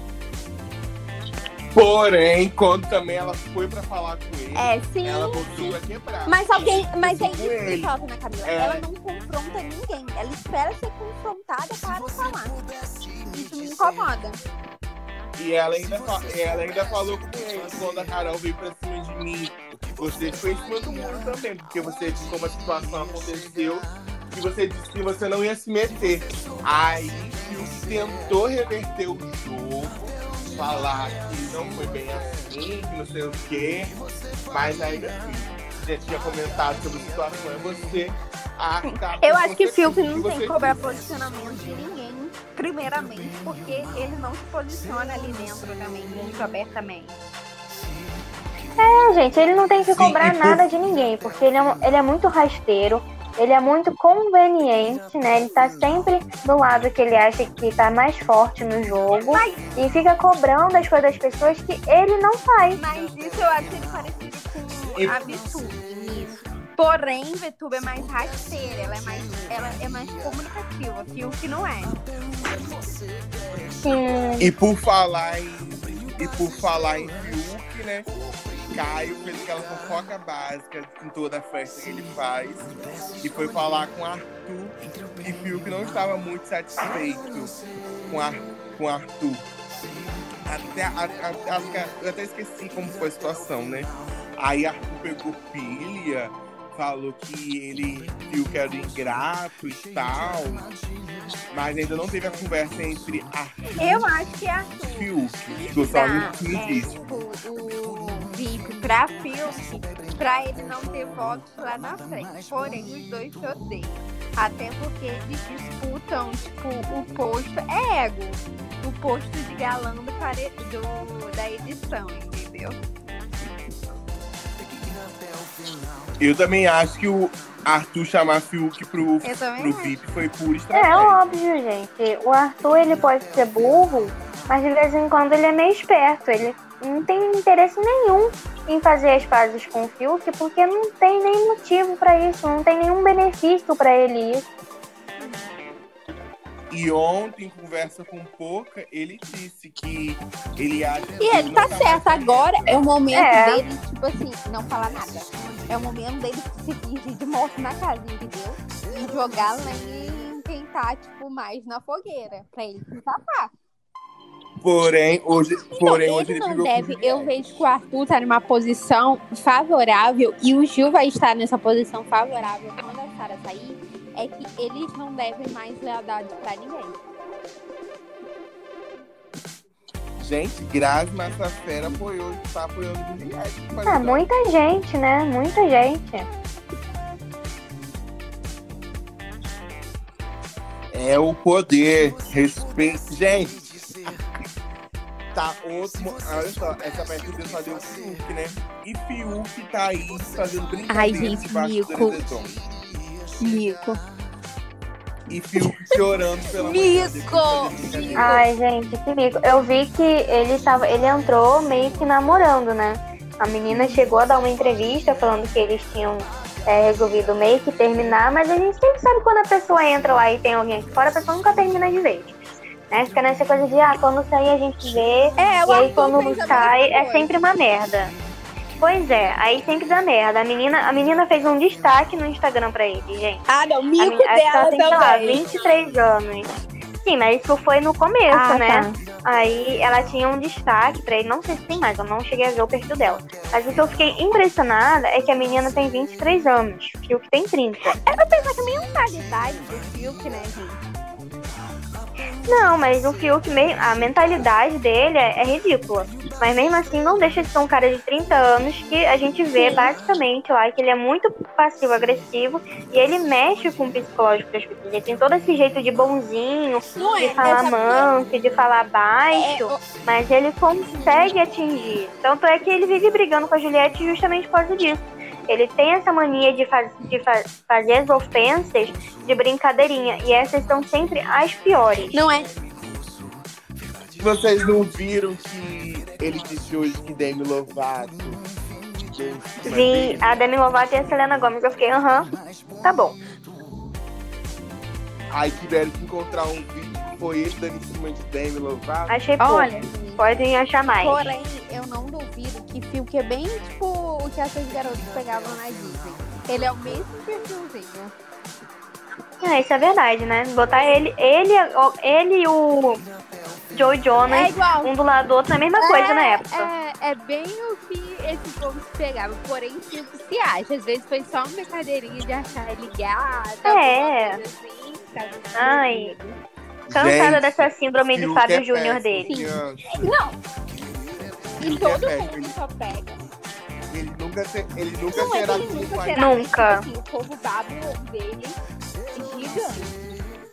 Porém, quando também ela foi pra falar com ele, sim, ela voltou a quebrar. Mas é isso que falta na Camila. Ela não confronta ninguém. Ela espera ser confrontada para falar. Isso me incomoda. E ela ainda falou com ele quando a Carol veio pra cima de mim. Você foi em cima do muro também, porque você disse como a situação aconteceu e você disse que você não ia se meter. Aí Fiuk tentou reverter o jogo, falar que não foi bem assim, que não sei o quê, mas ainda assim, já tinha comentado sobre a situação, é você a arcar. Eu acho que Fiuk não tem que cobrar posicionamento de ninguém, primeiramente, porque ele não se posiciona ali dentro também, muito abertamente. Gente, ele não tem que cobrar nada de ninguém, porque ele é muito rasteiro, ele é muito conveniente, né? Ele tá sempre do lado que ele acha que tá mais forte no jogo e fica cobrando as coisas das pessoas que ele não faz. Mas isso eu acho ele parecido com a VTube nisso. Porém, VTube é mais rasteira, ela é mais comunicativa, Fiuk não é. Sim. E por falar em Fiuk, né? Caio fez aquela fofoca básica em toda a festa que ele faz e foi falar com Arthur e Fiuk não estava muito satisfeito com Arthur. Eu até esqueci como foi a situação, né? Aí Arthur pegou pilha, falou que Fiuk era ingrato e tal, mas ainda não teve a conversa entre Arthur Eu acho que é Arthur. Fiuk. Tô só me disse. O VIP pra Fiuk, pra ele não ter votos lá na frente. Porém, os dois se odeiam. Até porque eles disputam, tipo, o posto é ego. O posto de galã da edição, entendeu? Eu também acho que o Arthur chamar Fiuk pro VIP foi pura estratégia. É óbvio, gente. O Arthur, ele pode ser burro, mas de vez em quando ele é meio esperto. Ele não tem interesse nenhum em fazer as pazes com o Fiuk, porque não tem nem motivo pra isso, não tem nenhum benefício pra ele isso. E ontem, em conversa com o Poca, ele disse que ele acha que... E ele tá certo, agora é o momento dele, tipo assim, não falar nada. É o momento dele se fingir de morto na casa, entendeu? E jogar lá quem tá, tipo, mais na fogueira, pra ele se safar. Porém, hoje ele não brigou deve. com Eu vejo que o Arthur tá numa posição favorável e o Gil vai estar nessa posição favorável quando a Sarah sair. É que eles não devem mais lealdade pra ninguém. Gente, Grazi Massafera tá apoiando o Juliette. Muita gente, né? Muita gente. É o poder. Respeito. Gente. Tá outro. Olha só, essa parte do só deu Fiuk, né? E Fiuk tá aí fazendo brincadeira. Ai, gente, Mico. E Fiuk chorando pela Mico! Ai, gente, que mico. Eu vi que ele entrou meio que namorando, né? A menina chegou a dar uma entrevista falando que eles tinham resolvido meio que terminar, mas a gente sempre sabe quando a pessoa entra lá e tem alguém aqui fora, a pessoa nunca termina de vez. Né? Fica nessa coisa de, quando sair a gente vê, e aí quando sai é sempre uma merda. Pois é, aí sempre dá merda. A menina fez um destaque no Instagram pra ele, gente. Não, mico dela ela tem, sei lá, também. 23 anos. Sim, mas isso foi no começo, né? Tá. Aí ela tinha um destaque pra ele, não sei se tem mais, eu não cheguei a ver o perfil dela. Mas o que eu fiquei impressionada é que a menina tem 23 anos, o Fiuk tem 30. Eu pensava que a mentalidade do Fiuk, né, gente? Não, mas o Fiuk, a mentalidade dele é ridícula. Mas mesmo assim não deixa de ser um cara de 30 anos que a gente vê basicamente lá que ele é muito passivo-agressivo e ele mexe com o psicológico das pessoas. Ele tem todo esse jeito de bonzinho, de falar manso, de falar baixo, mas ele consegue atingir. Tanto é que ele vive brigando com a Juliette justamente por causa disso. Ele tem essa mania de fazer as ofensas de brincadeirinha. E essas são sempre as piores. Não é? Vocês não viram que ele disse hoje que Demi Lovato... Vi a Demi Lovato e a Selena Gomez. Eu fiquei, tá bom. Aí tiveram que encontrar um vídeo que foi ele dando em cima de Demi Lovato. Achei pouco. Olha, podem achar mais. Porém, eu não duvido que Fiuk é bem tipo o que essas garotas pegavam na Disney. Ele é o mesmo perfilzinho. Isso é verdade, né? Botar ele e o Joe Jonas, um do lado do outro, na mesma coisa na época. É bem o que esse povo se pegava. Porém, Fiuk se acha. Às vezes foi só uma brincadeirinha de achar ele gata. Assim, ai, cansada dessa síndrome de Fábio Júnior dele. Sim. Não. E todo mundo só pega. Ele nunca será como pai. Nunca. Assim, o povo baba dele gigante.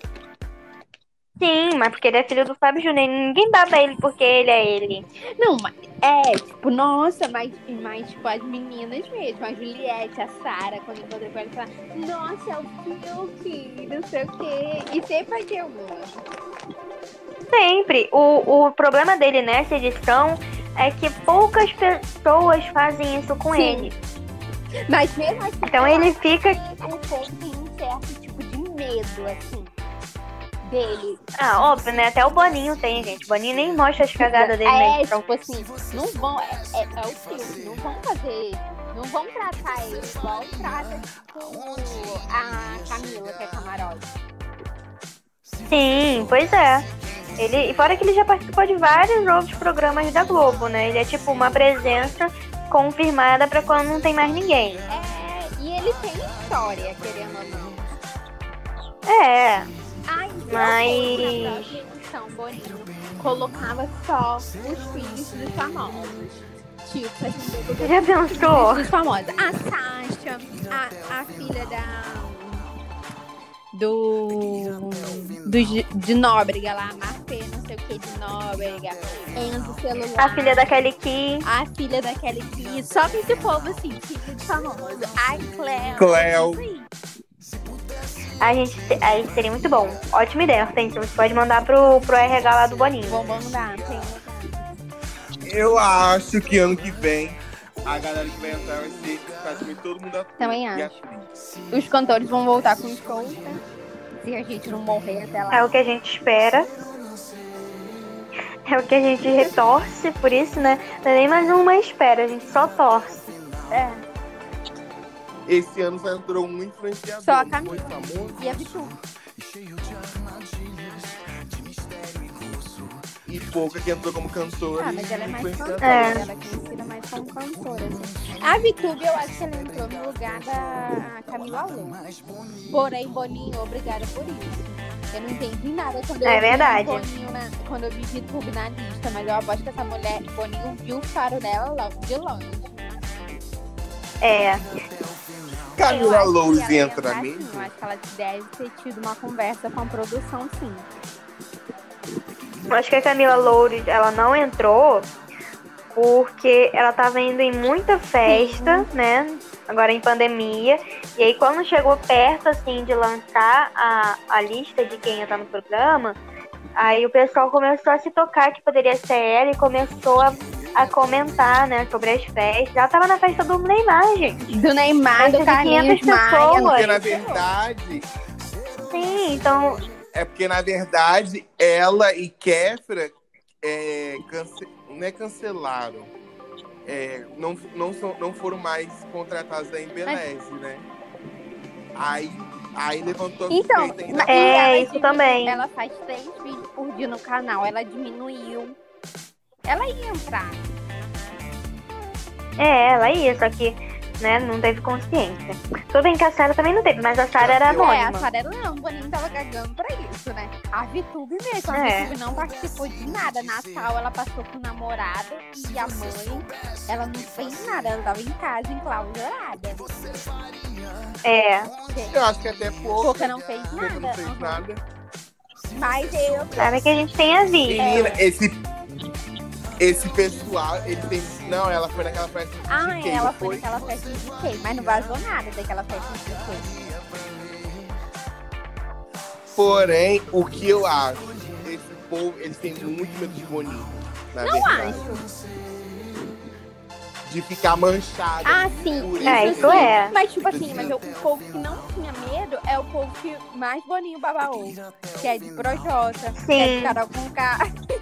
Sim, mas porque ele é filho do Fábio Júnior. Ninguém baba ele porque ele é ele. Não, mas nossa, mas tipo, as meninas mesmo, a Juliette, a Sarah, quando encontrei com ela, falaram, nossa, é o Fiuk, não sei o quê. E sempre vai ter uma. Sempre. O problema dele nessa edição é que poucas pessoas fazem isso com ele. Mas mesmo assim, então ele fica... O povo tem um certo tipo de medo, assim, dele. Óbvio, né? Até o Boninho tem, gente. O Boninho nem mostra as cagadas dele na edição. Tipo assim, não vão... É o filme, não vão fazer... Não vão tratar ele igual trata, tipo, a Camila, que é camarote. Sim, pois é. E fora que ele já participou de vários outros programas da Globo, né? Ele é tipo uma presença confirmada pra quando não tem mais ninguém. E ele tem história, querendo ou não. Mas... Então, Boninho colocava só os filhos dos famosos. Tipo, assim, já pensou? Dos famosos. A Sasha, a filha de Nóbrega lá, Mafê, não sei o que de Nóbrega, Enzo Celular. A filha da Kelly Key. A filha da Kelly Key. Só que esse povo, assim, tipo de famoso. Ai, Cleo. Aí seria muito bom. Ótima ideia, gente. Você pode mandar pro RH lá do Boninho. Vou mandar, Eu acho que ano que vem a galera que vai entrar vai ser praticamente todo mundo ator. Também acho. Os cantores vão voltar com os shows, né? Se a gente não morrer até lá. É o que a gente espera. É o que a gente retorce, por isso, né? Não é nem mais uma espera, a gente só torce. Esse ano só entrou um influenciador. Só a Camila. Foi famoso. E a Bitu. E pouca que entrou como cantora. Mas ela é mais cantora. Ela é conhecida mais como cantora. Assim. A Vitube, eu acho que ela entrou no lugar da Camila Alô. Porém, Boninho, obrigada por isso. Eu não entendi nada quando eu vi verdade. Boninho quando eu vi Vitube na lista. Mas eu aposto que essa mulher, Boninho, viu o faro dela logo de longe. Camila acho que Loures ela ia entra entrar, mesmo? sim. Eu acho que ela deve ter tido uma conversa com a produção, sim. Eu acho que a Camila Loures, ela não entrou porque ela tava indo em muita festa, né? Agora em pandemia. E aí quando chegou perto, assim, de lançar a lista de quem ia estar no programa, aí o pessoal começou a se tocar que poderia ser ela e começou a comentar, né, sobre as festas. Ela tava na festa do Neymar, gente. Do Neymar, Festa do de Carlinhos 500 Maia. pessoas. Porque na verdade... Sim, então... É porque, na verdade, ela e Kéfera não é cancelaram. Não foram mais contratados da Embeleze, né? Aí levantou a Então, suspeita mas ainda ela isso também. Ela faz 3 vídeos por dia no canal. Ela diminuiu. Ela ia entrar. Ela ia, só que, né, não teve consciência. Tudo bem que a Sarah também não teve, mas a Sarah era A anônima. Sarah não, o Boninho tava cagando pra isso, né? A VTube mesmo, a VTube não participou de nada. Natal, ela passou com o namorado e a mãe, ela não fez nada, ela tava em casa, enclausurada. Eu acho que até Pouca não fez nada. Pouca não fez nada. Mas eu... Nada que a gente tenha visto. Menina, esse pessoal, ele tem... Não, ela foi naquela festa de quem? Ela foi naquela festa de quem? Mas não vazou nada daquela festa de quem. Porém, o que eu acho, esse povo, eles têm muito medo de Boninho, na verdade. Acho. De ficar manchado. Sim. Por Isso é. Mas, tipo assim, mas o povo que não tinha medo é o povo que mais Boninho babaou. Que é de Projota, que é de Carol Conká.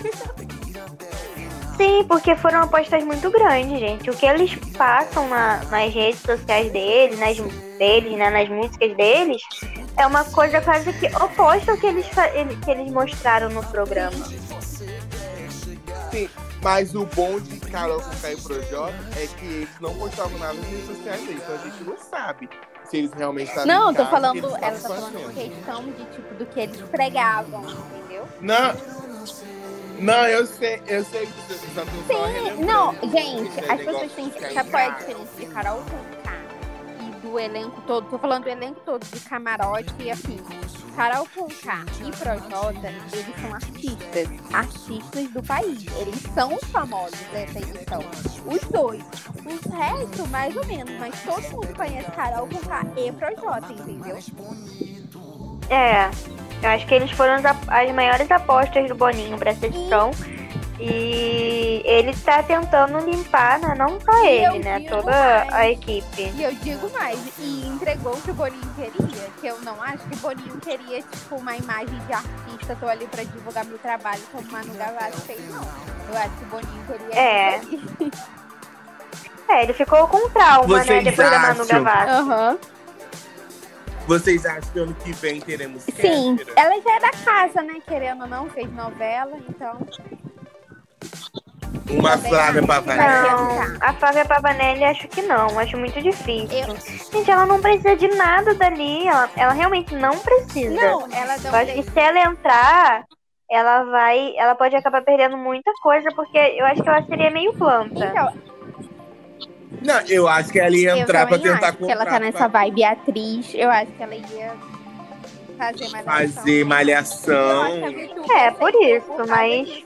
Sim, porque foram apostas muito grandes, gente. O que eles passam nas redes sociais deles, nas músicas deles, é uma coisa quase que oposta ao que eles mostraram no programa. Sim, mas o bom de Carol Conká e Projota é que eles não postavam nada nas redes sociais deles, então a gente não sabe se eles realmente estavam Não, em casa, ela tá eles falando questão de, tipo, do que eles pregavam, entendeu? Não, eu sei que vocês estão Sim, não, gente, as pessoas têm que... Sabe qual é a diferença de Carol Conká e do elenco todo? Tô falando do elenco todo, de camarote e afim. Carol Conká e Projota, eles são artistas do país. Eles são os famosos dessa edição. Os dois. Os restos, mais ou menos, mas todo mundo conhece Carol Conká e Projota, entendeu? Eu acho que eles foram as maiores apostas do Boninho pra essa edição. E ele tá tentando limpar, né? Não só ele, né? Toda a equipe. E eu digo mais, e entregou o que o Boninho queria. Que eu não acho que o Boninho queria, tipo, uma imagem de artista, tô ali pra divulgar meu trabalho, como o Manu Gavassi fez, não. Eu acho que o Boninho queria ele ficou com trauma, Vocês né? Depois da Manu Gavassi. Vocês acham que ano que vem teremos Sim, Kéfera? ela já é da casa, né? Querendo ou não, fez novela, então... Uma Flávia Pavanelli? Não, a Flávia Pavanelli acho que não, acho muito difícil. Gente, ela não precisa de nada dali, ela realmente não precisa. Não, ela Eu acho que se ela entrar, ela pode acabar perdendo muita coisa, porque eu acho que ela seria meio planta. Então, não, eu acho que ela ia entrar pra tentar comprar. Ela tá nessa vibe atriz, eu acho que ela ia fazer malhação. Por isso, mas...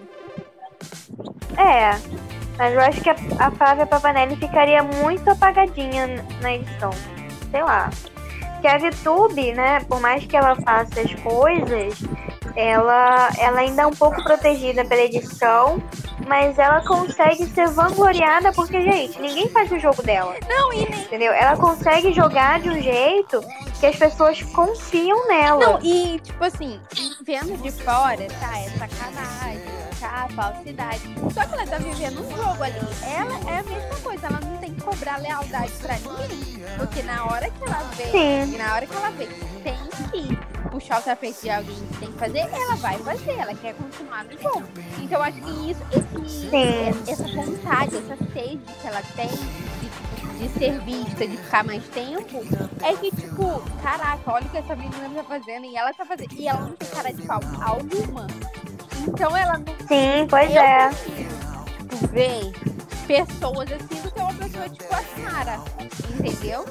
Mas eu acho que a Flávia Pavanelli ficaria muito apagadinha na edição. Sei lá. Que a VTube, né, por mais que ela faça as coisas, ela ainda é um pouco protegida pela edição, mas ela consegue ser vangloriada porque, gente, ninguém faz o jogo dela. Não, entendeu? Ela consegue jogar de um jeito que as pessoas confiam nela. Não, e tipo assim, vendo de fora, tá, é sacanagem, tá, falsidade. Só que ela tá vivendo um jogo ali. Ela é a mesma coisa, ela não tem que cobrar lealdade pra ninguém. Porque na hora que ela vê, que tem que puxar o tapete de alguém que tem que fazer, ela vai fazer, ela quer continuar no jogo. Então eu acho que essa vontade, essa sede que ela tem de ser vista, de ficar mais tempo, é que, tipo, caraca, olha o que essa menina tá fazendo e ela tá fazendo. E ela não tem cara de pau alguma. Então ela não. Sim, pois é. Preciso, tipo, ver pessoas assim do que uma pessoa tipo a Sarah, entendeu?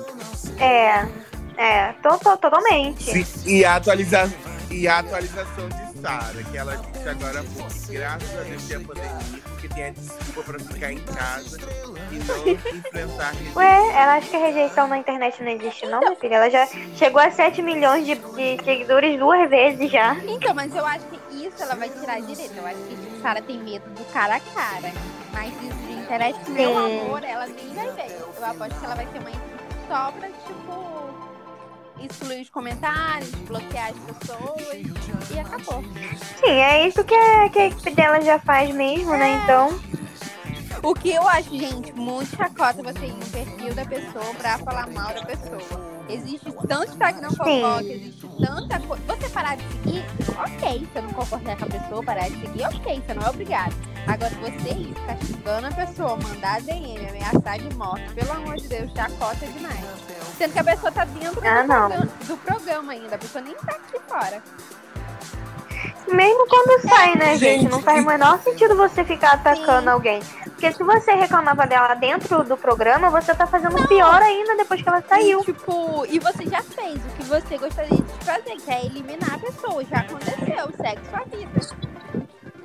Totalmente. Sim, e a atualização de Sarah, que ela disse agora há pouco que graças a Deus tem a pandemia, porque tem a desculpa pra ficar em casa e não enfrentar rejeição. Ué, ela acha que a rejeição na internet não existe não, minha filha. Ela já chegou a 7 milhões de seguidores 2 vezes já. Então, mas eu acho que isso ela vai tirar direito. Eu acho que tipo, Sarah tem medo do cara a cara. Mas isso de internet, meu amor, ela nem vai ver. Eu aposto que ela vai ter uma equipe só pra, tipo, excluir os comentários, bloquear as pessoas e acabou. Sim, é isso que a equipe dela já faz mesmo, né? Então. O que eu acho, gente, muito chacota você ir no perfil da pessoa pra falar mal da pessoa. Existe tanto Instagram fofoca, existe tanta coisa. Você parar de seguir, ok. Se eu não concordar com a pessoa, parar de seguir, ok. Você não é obrigado. Agora, você ir ficar xingando a pessoa, mandar DM, ameaçar de morte, pelo amor de Deus, chacota demais. Sendo que a pessoa tá dentro do programa ainda. A pessoa nem tá aqui fora. Mesmo quando sai, né, gente? Não faz o menor sentido você ficar atacando alguém. Porque se você reclamava dela dentro do programa, você tá fazendo pior ainda depois que ela saiu. E você já fez o que você gostaria de fazer, que é eliminar a pessoa. Já aconteceu, segue sua vida.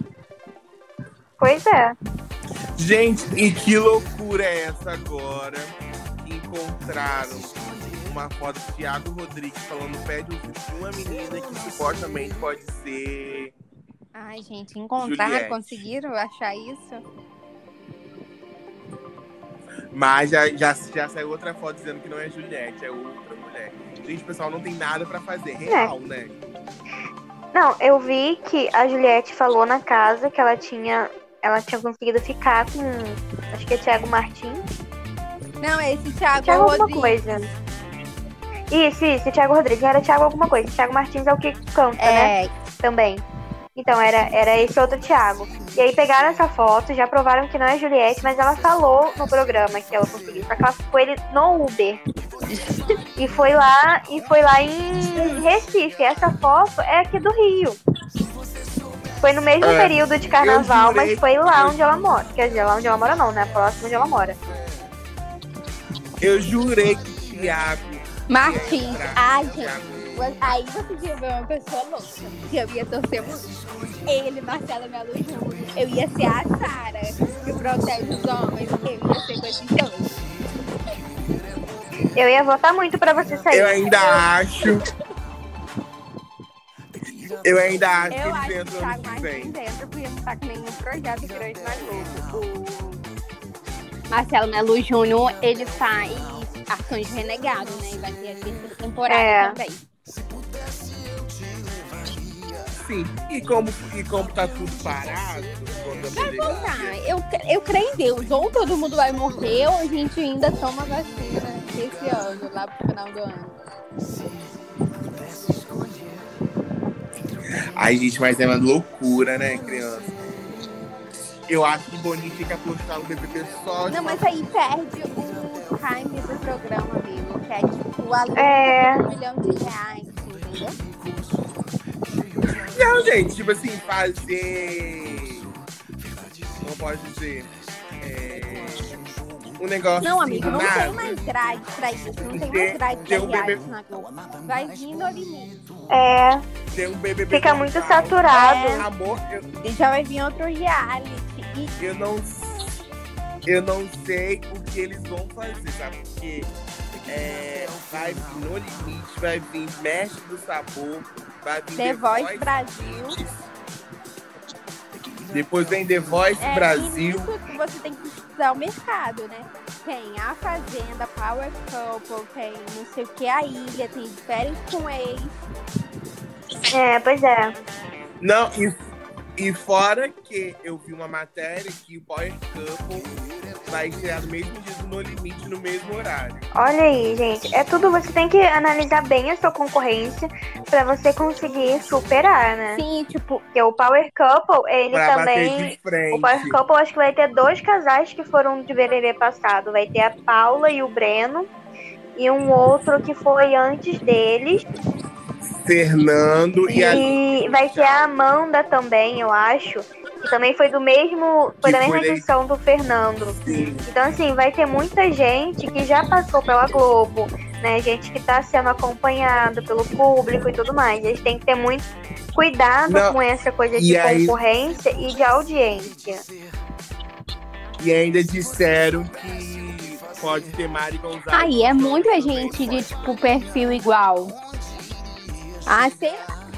Pois é. Gente, e que loucura é essa agora? Encontraram uma foto de Thiago Rodrigues falando pede uma menina que supostamente pode ser... Ai, gente, encontrar, Juliette. Conseguiram achar isso? Mas já saiu outra foto dizendo que não é Juliette, é outra mulher. Gente, o pessoal não tem nada pra fazer. Real, né? Não, eu vi que a Juliette falou na casa que ela tinha conseguido ficar com, acho que é Thiago Martins. Não, esse Thiago alguma Rodrigues. coisa. Isso, Thiago Rodrigues. Era Thiago alguma coisa. Thiago Martins é o que canta, né? Também. Então, era esse outro Thiago. E aí pegaram essa foto, já provaram que não é Juliette, mas ela falou no programa que ela conseguiu. Só que ela ficou ele no Uber. E foi lá em Recife. Essa foto é aqui do Rio. Foi no mesmo período de carnaval, mas foi lá onde ela mora. Quer dizer, lá onde ela mora não, né? Próximo onde ela mora. Eu jurei que Thiago Martins, gente. Aí você ia ver uma pessoa louca. Que eu ia torcer muito. Ele, Marcelo Melo Júnior. Eu ia ser a Sarah, que protege os homens. Eu ia ser com esses dois. Eu ia votar muito pra você sair. Eu ainda acho que eles entram no ano que vem. Entra porque não tá com nenhum projeto grande na Globo. O Marcelo Melo Júnior, ele faz Arcanjo Renegado, né? E vai ter a terceira temporada também. Sim, e como tá tudo parado, vai voltar. Eu creio em Deus. Ou todo mundo vai morrer, ou a gente ainda toma vacina esse ano, lá pro final do ano. Ai, gente, mas é uma loucura, né, criança? Eu acho que o Boninho tem que apostar no BBB só. Não, mas aí perde o time do programa, amigo. Que é tipo o aluno com R$1 milhão, entendeu? Não, gente, tipo assim, fazer. Como pode dizer? Um negócio. Não, amigo, não nada. tem mais drag pra isso. Não tem mais drag pra reality na Globo. Vai vir no limite. Tem um BBB. Fica muito saturado. Amor, E já vai vir outro reality. Eu não sei o que eles vão fazer, sabe? Porque vai vir No Limite, vai vir Mestre do Sabor, vai vir The Voice Brasil. Depois vem The Voice Brasil. E você tem que estudar o mercado, né? Tem A Fazenda, Power Couple, tem não sei o que, A Ilha, tem Férias com Ex. Pois é. Não, e fora que eu vi uma matéria que o Power Couple vai estrear no mesmo dia do No Limite, no mesmo horário. Olha aí, gente. É tudo, você tem que analisar bem a sua concorrência pra você conseguir superar, né? Sim, tipo... Porque o Power Couple, ele pra também... bater de frente. O Power Couple, acho que vai ter 2 casais que foram de BBB passado. Vai ter a Paula e o Breno. E um outro que foi antes deles. Fernando e vai ter a Amanda também, eu acho. que também foi da mesma edição do Fernando. Sim. Então, assim, vai ter muita gente que já passou pela Globo, né? Gente que tá sendo acompanhada pelo público e tudo mais. Eles têm que ter muito cuidado com essa coisa de concorrência e de audiência. E ainda disseram que pode ter Mari Gonçalves. Aí é muita gente de, tipo, perfil igual. Ah, sei.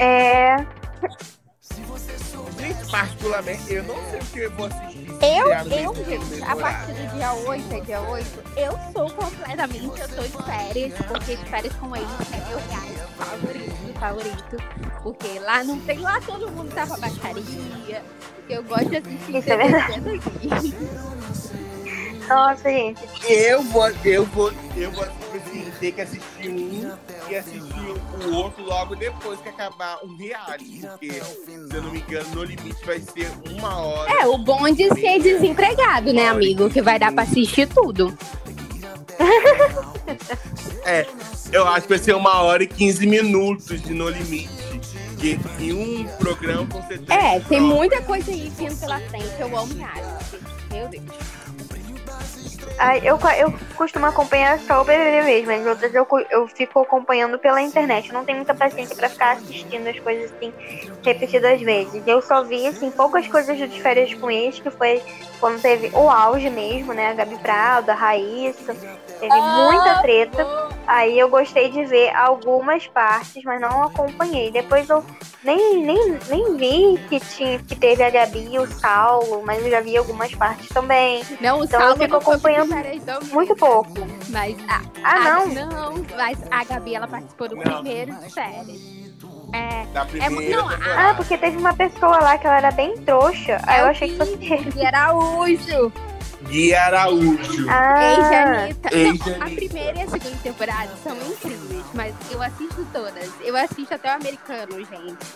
Gente, particularmente, eu não sei o que eu vou assistir. Gente, a partir do dia 8, eu sou completamente, eu tô de férias, porque de férias com eles é meu reality favorito. Porque lá não tem, lá todo mundo tá pra baixaria. Eu gosto de assistir. Isso é verdade. Nossa, gente. Eu vou assim, ter que assistir um e assistir o outro logo depois que acabar um reality. Porque, se eu não me engano, No Limite vai ser 1 hora. É, o bom de ser desempregado, né, amigo? Que vai dar pra assistir tudo. Eu acho que vai ser 1 hora e 15 minutos de No Limite. Que em um programa você tem. Tem muita coisa aí vindo pela frente. Eu amo reality. Meu Deus. Eu costumo acompanhar só o BBB mesmo, mas outras eu fico acompanhando pela internet. Eu não tenho muita paciência pra ficar assistindo as coisas assim repetidas vezes. Eu só vi assim poucas coisas de férias com ex, que foi quando teve o auge mesmo, né? A Gabi Prado, a Raíssa, teve muita treta. Aí eu gostei de ver algumas partes, mas não acompanhei. Depois eu nem vi que teve a Gabi e o Saulo, mas eu já vi algumas partes também. Não, o então Saulo eu fico acompanhando muito pouco. Mas não, mas a Gabi, ela participou do primeiro de férias. Porque teve uma pessoa lá que ela era bem trouxa. Aí eu achei que fosse Gui Araújo. Gui Araújo. Ex-Anitta. A primeira e a segunda temporada são incríveis, mas eu assisto todas. Eu assisto até o americano, gente.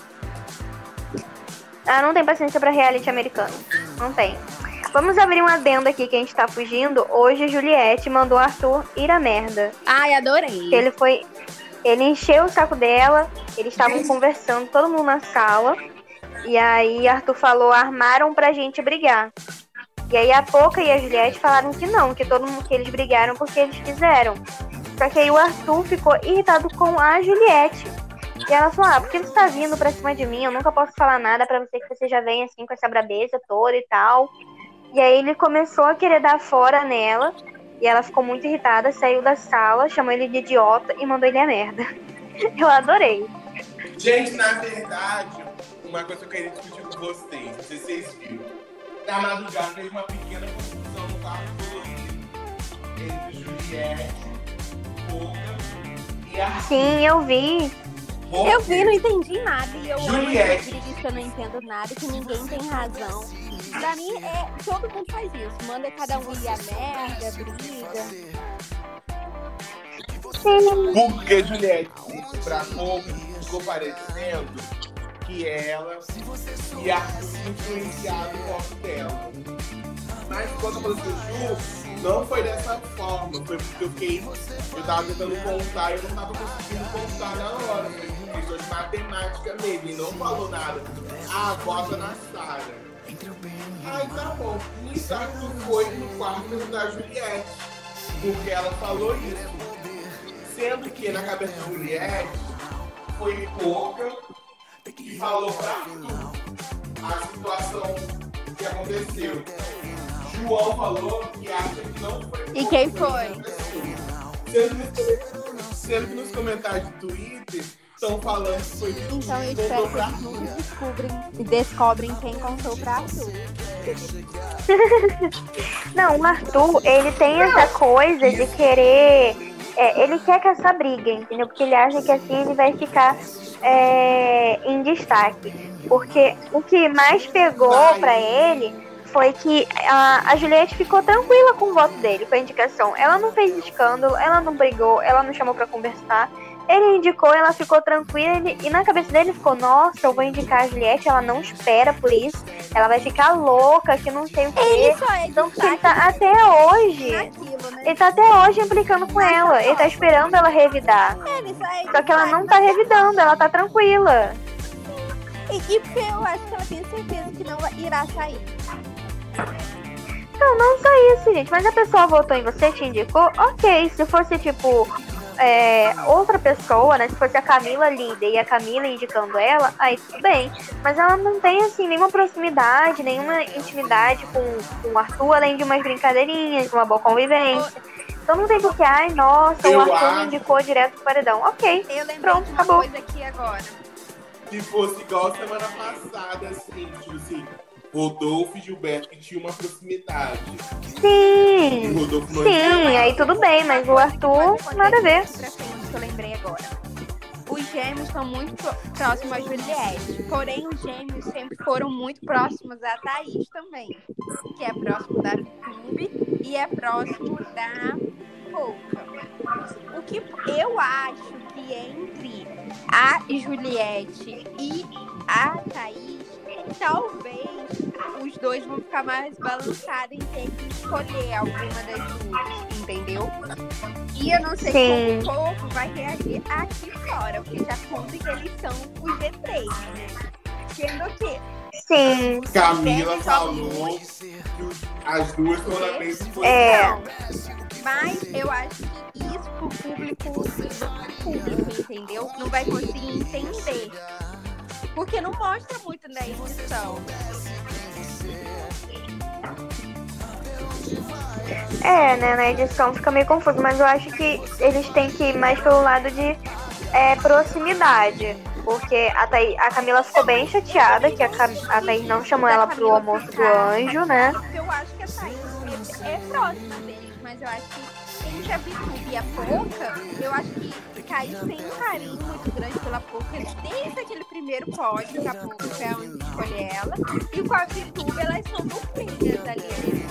Não tem paciência pra reality americano. Não tem. Vamos abrir um adendo aqui que a gente tá fugindo. Hoje a Juliette mandou o Arthur ir a merda. Ai, adorei. Ele encheu o saco dela. Eles estavam conversando, todo mundo na sala. E aí Arthur falou, armaram pra gente brigar. E aí a Poca e a Juliette falaram que não, que eles brigaram porque eles quiseram. Só que aí o Arthur ficou irritado com a Juliette. E ela falou, por que você tá vindo pra cima de mim? Eu nunca posso falar nada pra você, que você já vem assim com essa brabeza toda e tal. E aí ele começou a querer dar fora nela. E ela ficou muito irritada, saiu da sala, chamou ele de idiota e mandou ele a merda. Eu adorei. Gente, na verdade, uma coisa que eu queria discutir com vocês, não sei se vocês viram. Na madrugada teve uma pequena confusão no quarto colorido entre Juliette, Poca e a... Sim, eu vi. Eu vi, não entendi nada. E eu Juliette. que eu não entendo nada, que ninguém tem razão. Pra mim, todo mundo faz isso. Manda cada um ir a merda, briga. Porque Juliette disse pra Poca, ficou parecendo que ela ia influenciar o corpo dela. Mas quando eu falei Ju, não foi dessa forma. Foi porque eu tava tentando contar e eu não tava conseguindo contar na hora. Foi questão de matemática mesmo. E não falou nada. Vota na Sara. Aí tá bom. Nisso foi no quarto da Juliette. Porque ela falou isso. Sendo que na cabeça da Juliette foi Poca que falou pra a situação que aconteceu. João falou que acha que não foi. E quem foi? Sendo que nos comentários do Twitter estão falando que foi. Então eu espero que eles nunca descobrem quem contou pra Arthur. Não, o Arthur, ele tem essa coisa de querer. Ele quer que essa briga, entendeu? Porque ele acha que assim ele vai ficar em destaque. Porque o que mais pegou pra ele foi que a Juliette ficou tranquila com o voto dele, com a indicação. Ela não fez escândalo, ela não brigou, ela não chamou pra conversar. Ele indicou, ela ficou tranquila e na cabeça dele ficou, nossa, eu vou indicar a Juliette, ela não espera por isso, ela vai ficar louca, que não sei o quê. Então ele tá até hoje, ele tá até hoje implicando com ela, ele tá esperando ela revidar. Só que ela não tá revidando, ela tá tranquila. E porque eu acho que ela tem certeza que não irá sair. Não só isso, gente. Mas a pessoa votou em você, te indicou, ok. Se fosse, tipo, outra pessoa, né? Se fosse a Camila líder e a Camila indicando ela, aí tudo bem. Mas ela não tem, assim, nenhuma proximidade, nenhuma intimidade com o Arthur, além de umas brincadeirinhas, de uma boa convivência. Então não tem porque, nossa, o Arthur me indicou direto pro paredão. Ok, eu lembrei pronto, de uma acabou. coisa aqui agora. Se fosse igual semana passada, assim, tipo assim, Rodolfo e Gilberto que tinha uma proximidade. Sim, E Rodolfo não sim, aí tudo bem, mas o Arthur, nada a ver. Que eu lembrei agora. Os gêmeos são muito próximos a Juliette, porém os gêmeos sempre foram muito próximos a Thaís também, que é próximo da Vitube e é próximo da Pouca. O que eu acho que entre a Juliette e a Thaís, talvez os dois vão ficar mais balançados em ter que escolher alguma das duas, entendeu? E eu não sei como o povo vai reagir aqui fora, porque já conta que eles são os G3, né? Sendo que sim. Camila falou que as duas estão na mesma posição. Mas eu acho que isso pro público, entendeu? Não vai conseguir entender. Porque não mostra muito na edição. Né, na edição fica meio confuso, mas eu acho que eles têm que ir mais pelo lado de proximidade. Porque a Camila ficou bem chateada que a Thaís não chamou ela pro almoço do anjo, né? Eu acho que a Thaís é próxima deles, mas eu acho que entre a Vitube e a Pouca, eu acho que Thaís tem um carinho muito grande pela Pouca desde aquele primeiro pódio, que a Pouca foi a única que escolheu ela, e com a Vitube elas são duplinhas ali.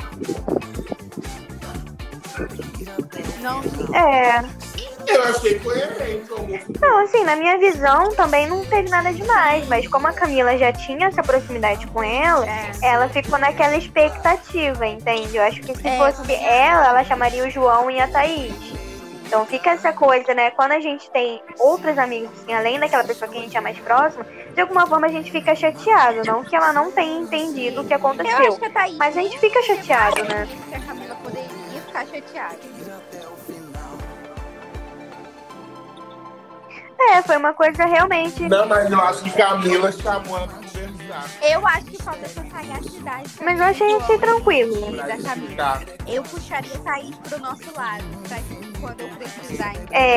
Não, eu achei coerente o almoço. Não, assim, na minha visão também não teve nada demais, mas como a Camila já tinha essa proximidade com ela, ela ficou naquela expectativa, entende? Eu acho que se fosse ela chamaria o João e a Thaís. Então fica essa coisa, né? Quando a gente tem outros amigos, assim, além daquela pessoa que a gente é mais próxima, de alguma forma a gente fica chateado. Não que ela não tenha entendido o que aconteceu, eu acho que a Thaís, mas a gente fica chateado, né? Que a Camila poderia ficar chateada. Foi uma coisa realmente... Não, mas eu acho que Camila chamou ela pra conversar. Eu acho que falta essa sagacidade. Mas eu achei tranquilo. Da Camila. Eu puxaria a Thaís pro nosso lado, pra quando eu precisar.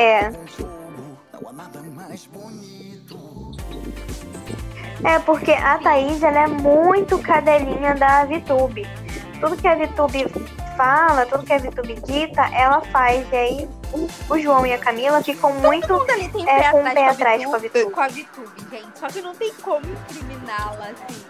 Porque a Thaís, ela é muito cadelinha da Vitube. Tudo que a Vitube fala, tudo que a Vitube dita, ela faz. E aí o João e a Camila ficam muito com o pé atrás com a Vitube. Com a Vitube, gente. Só que não tem como incriminá-la assim.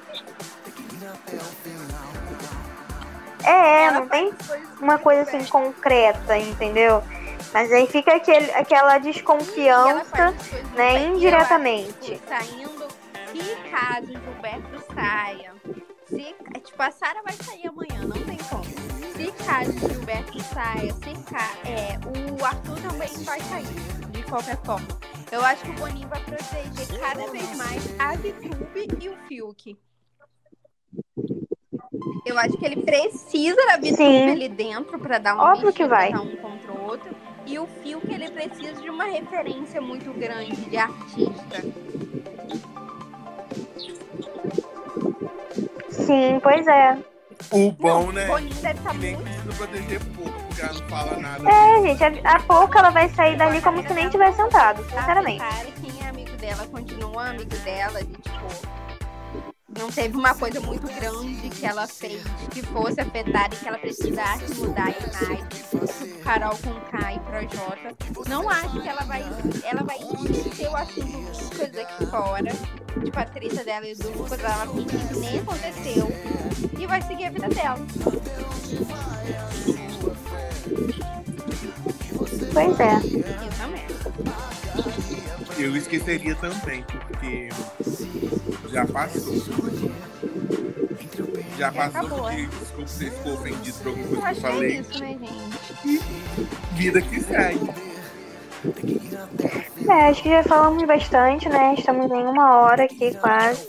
Não tem uma coisa assim concreta, entendeu? Mas aí fica aquela desconfiança, né, indiretamente. Saindo, se caso o Gilberto saia, a Sara vai sair amanhã, não tem como. Se caso o Gilberto saia, o Arthur também vai sair, de qualquer forma. Eu acho que o Boninho vai proteger cada vez mais a Vitube e o Fiuk. Eu acho que ele precisa da Vitube ali dentro pra dar um óbvio que vai um contra o outro. E o Fiuk, ele precisa de uma referência muito grande de artista. Sim, pois é. O bom, né? O Boninho deve estar nem muito... precisa proteger pouco, porque ela não fala nada. Gente, a Pouca ela vai sair dali como se nem tivesse sentado, sinceramente. Quem é amigo dela continua amigo dela, de, tipo... Não teve uma coisa muito grande que ela fez que fosse afetada e que ela precisasse mudar a imagem. Carol com K e Projota. Não acho que ela vai esquecer o assunto de coisas aqui fora. Tipo, a treta dela e do Lucas, ela finge que nem aconteceu. E vai seguir a vida dela. Pois é. Eu também. Eu esqueceria também, porque já passou. Já passou porque você ficou ofendido por alguma coisa que eu falei. É isso, né, gente? Vida que segue. Acho que já falamos bastante, né? Estamos em 1 hora aqui, quase.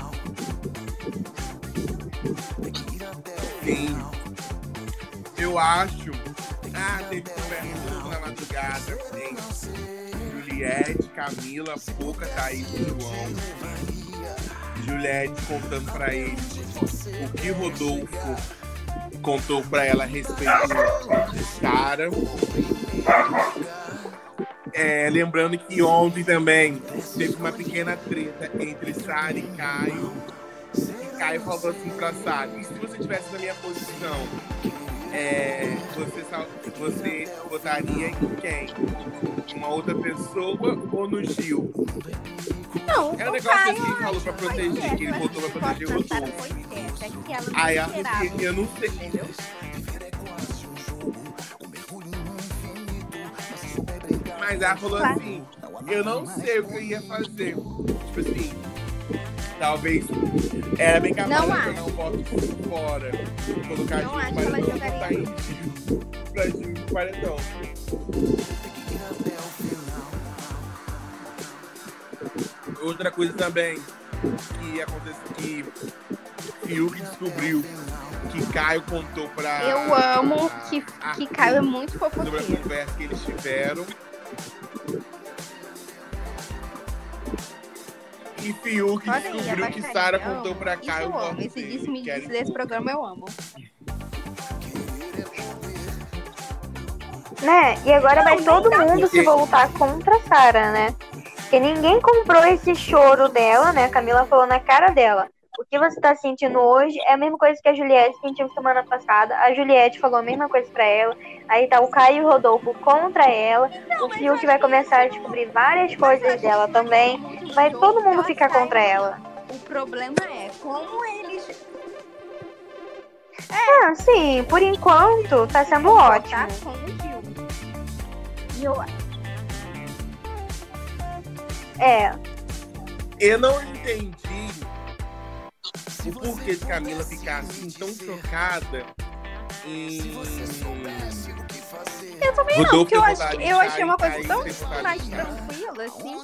Sim. Eu acho. Teve conversa na madrugada entre Juliette, Camila, Poca, Thaís e João. Juliette contando pra eles o que Rodolfo contou pra ela a respeito de Sara. Lembrando que ontem também teve uma pequena treta entre Sara e Caio. E Caio falou assim pra Sara: e se você estivesse na minha posição, você votaria em quem? Uma outra pessoa ou no Gil? Não, É um negócio assim que falou pra proteger, que ele botou pra proteger o Rodolfo. Aí ela falou: eu não sei. Mas ela falou assim: eu não sei o que eu ia fazer. Tipo assim, talvez era bem capaz de jogar um voto fora. Colocar não Gil acho que ela jogaria. Pra Gil de paredão. Outra coisa também que aconteceu, que Fiuk descobriu, que Caio contou pra... Eu amo que Caio é muito sobre a fofoqueiro. conversa que eles tiveram. E Fiuk descobriu que Sara contou pra Caio. Eu amo. Esse disse-me desse programa eu amo. Né? E agora vai todo mundo se voltar contra a Sara, né? Porque ninguém comprou esse choro dela, né? A Camila falou na cara dela: o que você tá sentindo hoje é a mesma coisa que a Juliette sentiu semana passada. A Juliette falou a mesma coisa pra ela. Aí tá o Caio e o Rodolfo contra ela. O Fiuk vai começar a descobrir várias coisas dela também. Vai todo mundo ficar contra ela. O problema é como eles... Sim, por enquanto tá sendo ótimo. Com o Gil. E eu... Eu não entendi o porquê de Camila ficar assim tão chocada em... Eu também não, Rodolfo porque eu achei uma coisa Caio tão ter votado mais em Caio. tranquila, assim.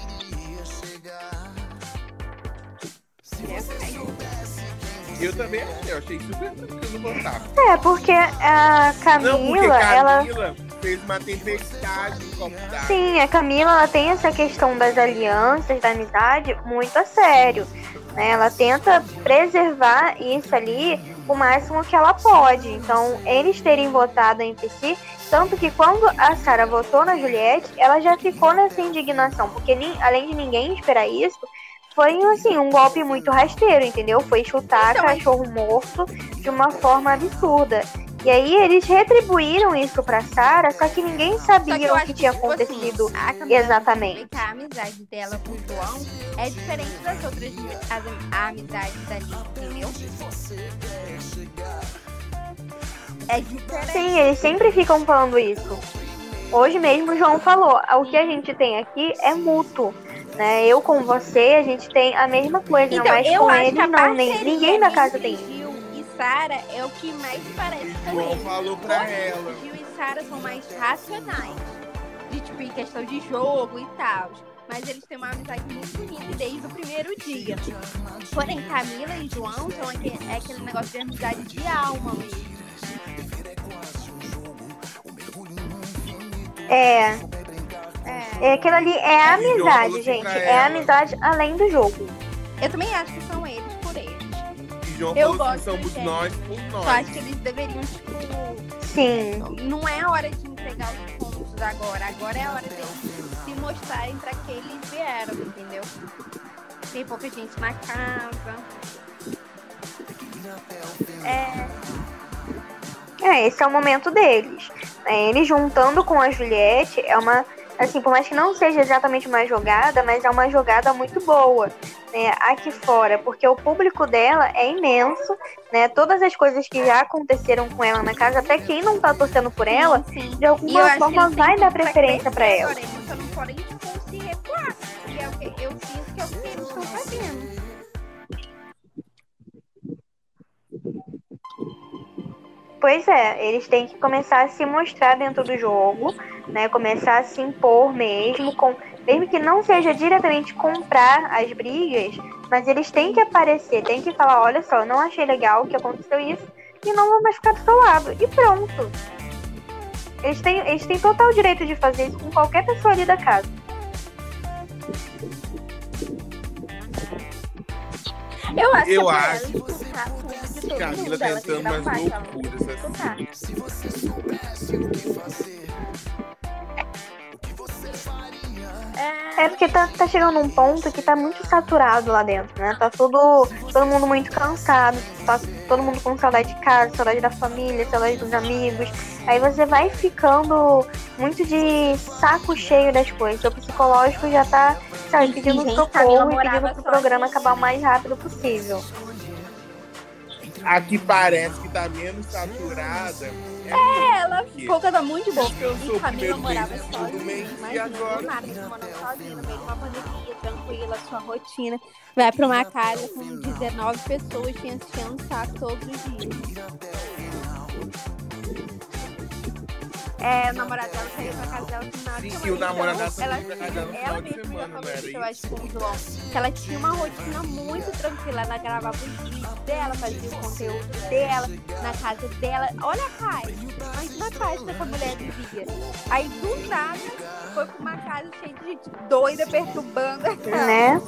Eu também achei, eu achei super tranquilo votar. Porque a Camila, Não, porque ela... Camila fez uma tempestade em copo d'água. Sim, a Camila, ela tem essa questão das alianças, da amizade, muito a sério, né? Ela tenta preservar isso ali o máximo que ela pode. Então, eles terem votado em si, tanto que quando a Sara votou na Juliette, ela já ficou nessa indignação, porque além de ninguém esperar isso, foi assim, um golpe muito rasteiro, entendeu? Foi chutar cachorro morto de uma forma absurda. E aí eles retribuíram isso pra Sara, só que ninguém sabia o que tinha acontecido exatamente. A amizade dela com o João é diferente das outras amizades ali, entendeu? É diferente. Sim, eles sempre ficam falando isso. Hoje mesmo o João falou: o que a gente tem aqui é mútuo. Né? Eu com você, a gente tem a mesma coisa, então, mas com ele não, ninguém na casa tem. Gil e Sara é o que mais parece também. João falou pra ela. Gil e Sara são mais racionais, de tipo, em questão de jogo e tal. Mas eles têm uma amizade muito bonita desde o primeiro dia. Porém, Camila e João são aquele negócio de amizade de alma mesmo. Aquilo ali é a amizade, gente. É a amizade além do jogo. Eu também acho que são eles por eles. E João Eu falou gosto que somos deles. nós por nós. Só acho que eles deveriam, tipo... Sim. Não é a hora de entregar os pontos agora. Agora é a hora deles se mostrarem pra que eles vieram, entendeu? Tem pouca gente na casa. Esse é o momento deles. Eles juntando com a Juliette é uma... Assim, por mais que não seja exatamente uma jogada, mas é uma jogada muito boa, né, aqui fora, porque o público dela é imenso, né? Todas as coisas que já aconteceram com ela na casa, até quem não tá torcendo por ela, sim. de alguma forma vai dar preferência pra ela. Porém, só não podem, tipo, se recuar. Que é o que eu sinto que é o que eles estão fazendo. Pois é, eles têm que começar a se mostrar dentro do jogo, né? Começar a se impor mesmo, mesmo que não seja diretamente comprar as brigas, mas eles têm que aparecer, têm que falar, olha só, eu não achei legal que aconteceu isso e não vou mais ficar do seu lado. E pronto. Eles têm total direito de fazer isso com qualquer pessoa ali da casa. Eu acho que Camila tentando umas loucuras assim. Se você soubesse o que fazer, o que você faria? É porque tá chegando um ponto que tá muito saturado lá dentro, né? Tá todo mundo muito cansado, tá todo mundo com saudade de casa, saudade da família, saudade dos amigos. Aí você vai ficando muito de saco cheio das coisas. Seu psicológico já tá, sabe, pedindo socorro e pedindo pro programa acabar o mais rápido possível. Aqui parece que tá menos saturada. Ela ficou cada muito boa. Eu sou E Camila o morava primeiro sozinha. e agora? Nada, morando sozinha, no meio de uma pandemia, tranquila, sua rotina. Vai pra uma casa com 19 pessoas te enchendo o saco todos os dias. O namorado dela saiu pra casa dela no final de semana. E o namorado dela Ela saiu pra casa dela no final de semana, não era eu acho que que ela tinha uma rotina muito tranquila. Ela gravava os vídeos dela, fazia o conteúdo dela, na casa dela. Olha a paz. Imagina a paz que essa mulher vivia. Aí, do nada, foi pra uma casa cheia de gente doida, perturbando. Né?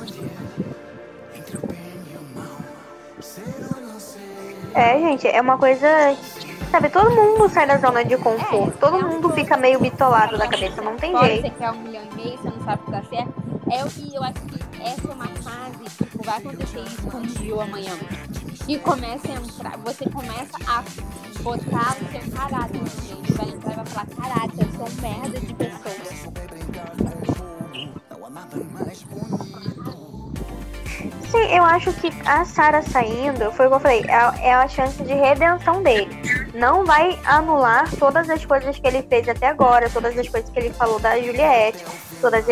Gente, é uma coisa... Sabe, todo mundo sai da zona de conforto. Todo mundo fica meio bitolado da cabeça, não tem jeito. Você quer 1,5 milhão, você não sabe o que dá certo. É o que eu acho que essa é uma fase, tipo, vai acontecer isso com o Gil amanhã. E começa a entrar, você começa a botar o seu caráter no meio. Vai entrar e vai falar, caraca, eu sou um merda de pessoa. Sim, eu acho que a Sarah saindo, foi o que eu falei, é a chance de redenção dele. Não vai anular todas as coisas que ele fez até agora, todas as coisas que ele falou da Juliette, todas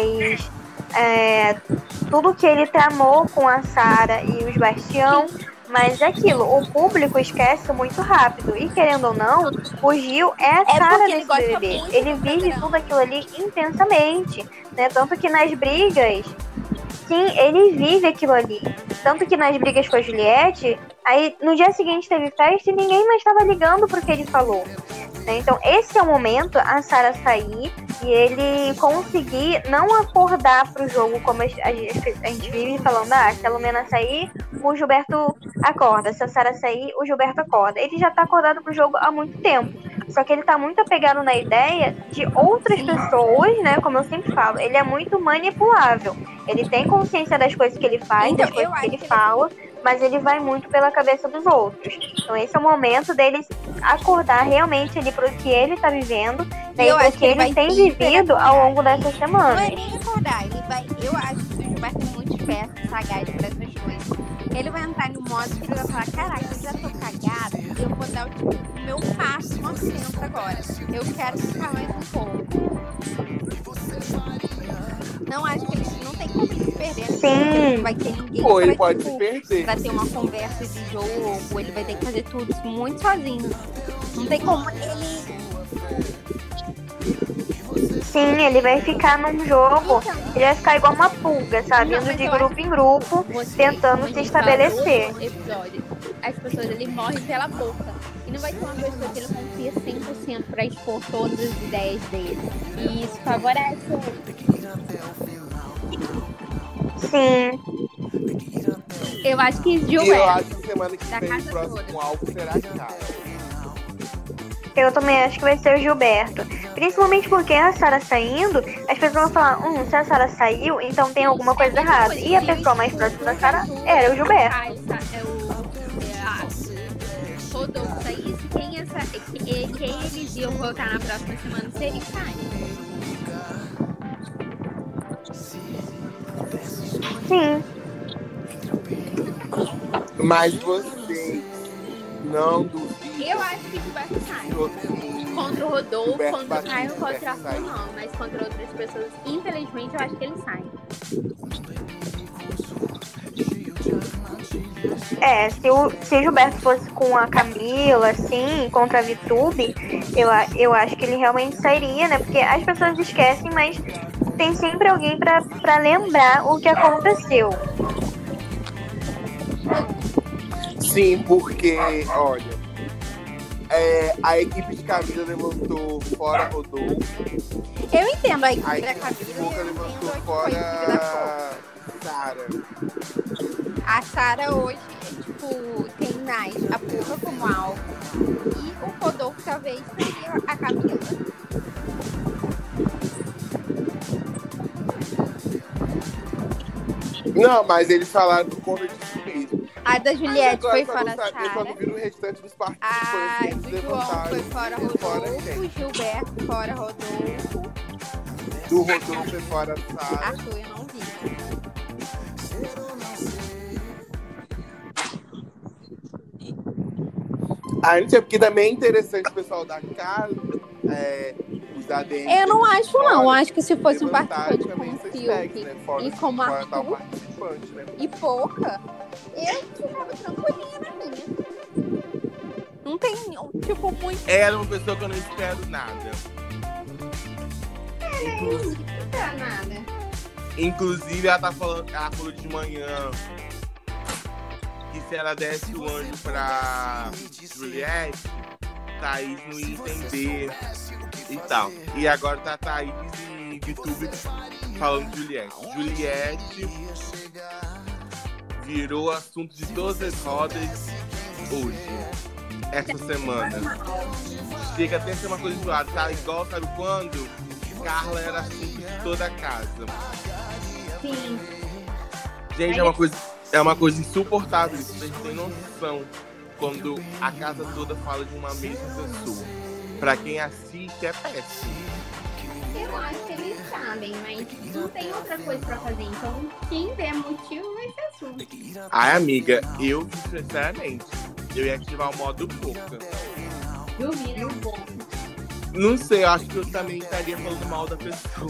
tudo que ele tramou com a Sarah e os Bastião. Mas é aquilo, o público esquece muito rápido. E querendo ou não, o Gil é a Sarah nesse BBB. Ele vive tudo aquilo ali intensamente, né? Tanto que nas brigas... Sim, ele vive aquilo ali. Tanto que nas brigas com a Juliette, aí no dia seguinte teve festa e ninguém mais estava ligando pro que ele falou. Né? Então esse é o momento, a Sarah sair e ele conseguir não acordar pro jogo como a gente vive falando, se a Lumena sair, o Gilberto acorda. Se a Sarah sair, o Gilberto acorda. Ele já tá acordado pro jogo há muito tempo. Só que ele tá muito apegado na ideia de outras pessoas, né? Como eu sempre falo, ele é muito manipulável. Ele tem consciência das coisas que ele faz, das coisas que ele fala, mas ele vai muito pela cabeça dos outros. Então esse é o momento dele acordar realmente ali pro que ele tá vivendo, né? E pro que ele tem vivido ao longo dessas semanas. Não é nem acordar, eu acho que o Gilberto é muito esperto, sagaz para essas coisas. Ele vai entrar no modo que ele vai falar, caraca, eu já tô cagada, eu vou dar o meu máximo assento agora. Eu quero ficar mais um pouco. Não acho que ele não tem como ele se perder. Sim. Não vai ter ninguém ele pode se perder. Pra ter uma conversa de jogo, ele vai ter que fazer tudo muito sozinho. Não tem como ele... Sim, ele vai ficar num jogo, ele vai ficar igual uma pulga, sabe? Indo de grupo em grupo, tentando se estabelecer. Episódio, as pessoas ele morrem pela boca. E não vai ter uma pessoa que ele confia 100% pra expor todas as ideias dele. E isso favorece ele. Sim. Eu acho que Gilberto. Eu acho que semana que vem o próximo álbum será Cara. Eu também acho que vai ser o Gilberto. Principalmente porque a Sarah saindo, as pessoas vão falar, se a Sarah saiu, então tem alguma coisa errada. E a pessoa mais próxima da Sarah era o Gilberto. Rodolfo saísse, quem eles iam voltar na próxima semana seria o Caio. Sim. Mas vocês não duvidam. Eu acho que o Gilberto sai. Contra o Rodolfo, contra o Caio, contra o Arthur não. Mas contra outras pessoas, infelizmente, eu acho que ele sai. Se o Gilberto fosse com a Camila, assim, contra a VTube, eu acho que ele realmente sairia, né? Porque as pessoas esquecem, mas tem sempre alguém pra lembrar o que aconteceu. Sim, porque, olha, a equipe de Camila levantou fora Rodolfo. Eu entendo a equipe A da equipe Camila. de Pouca eu levantou entendo fora Sara. A Sara hoje, tipo, tem mais a Pouca como alvo. E o Rodolfo talvez seria a Camila. Não, mas eles falaram do conta disso mesmo. A da Juliette foi Agora, fora a eu só não Sara. vi o restante dos participantes. A Eles do João levantaram foi fora Rodolfo. Gilberto fora Rodolfo. do Rodolfo foi fora Sara. Arthur, eu não vi. Não sei, porque também é interessante o pessoal da casa, os ADM. Eu não acho, não. Eu acho que se fosse um levantaram participante também como seus Fiuk tags, né? Fora, e como fora tal Arthur participante, né? e Pouca, eu ficava tranquilinha na minha. Não tem, tipo, muito. Ela é uma pessoa que eu não espero nada. Não dá nada. Inclusive, ela falou de manhã que se ela desse o anjo pra Juliette, Thaís não ia entender e tal. E agora tá Thaís e VTube falando de Juliette. Juliette virou assunto de todas as rodas hoje, essa semana. Chega até a ser uma coisa zoada, tá? Igual, sabe quando? Carla era assunto de toda a casa. Sim. Gente, é uma coisa insuportável isso. Vocês têm noção quando a casa toda fala de uma mesma pessoa. Pra quem assiste, é péssimo. Eu acho que eles sabem, mas não tem outra coisa pra fazer. Então, quem der motivo vai ser assunto. Ai, amiga, eu, sinceramente, eu ia ativar o modo Pouca. Duvido, bom. Não sei, eu acho que eu também estaria falando mal da pessoa.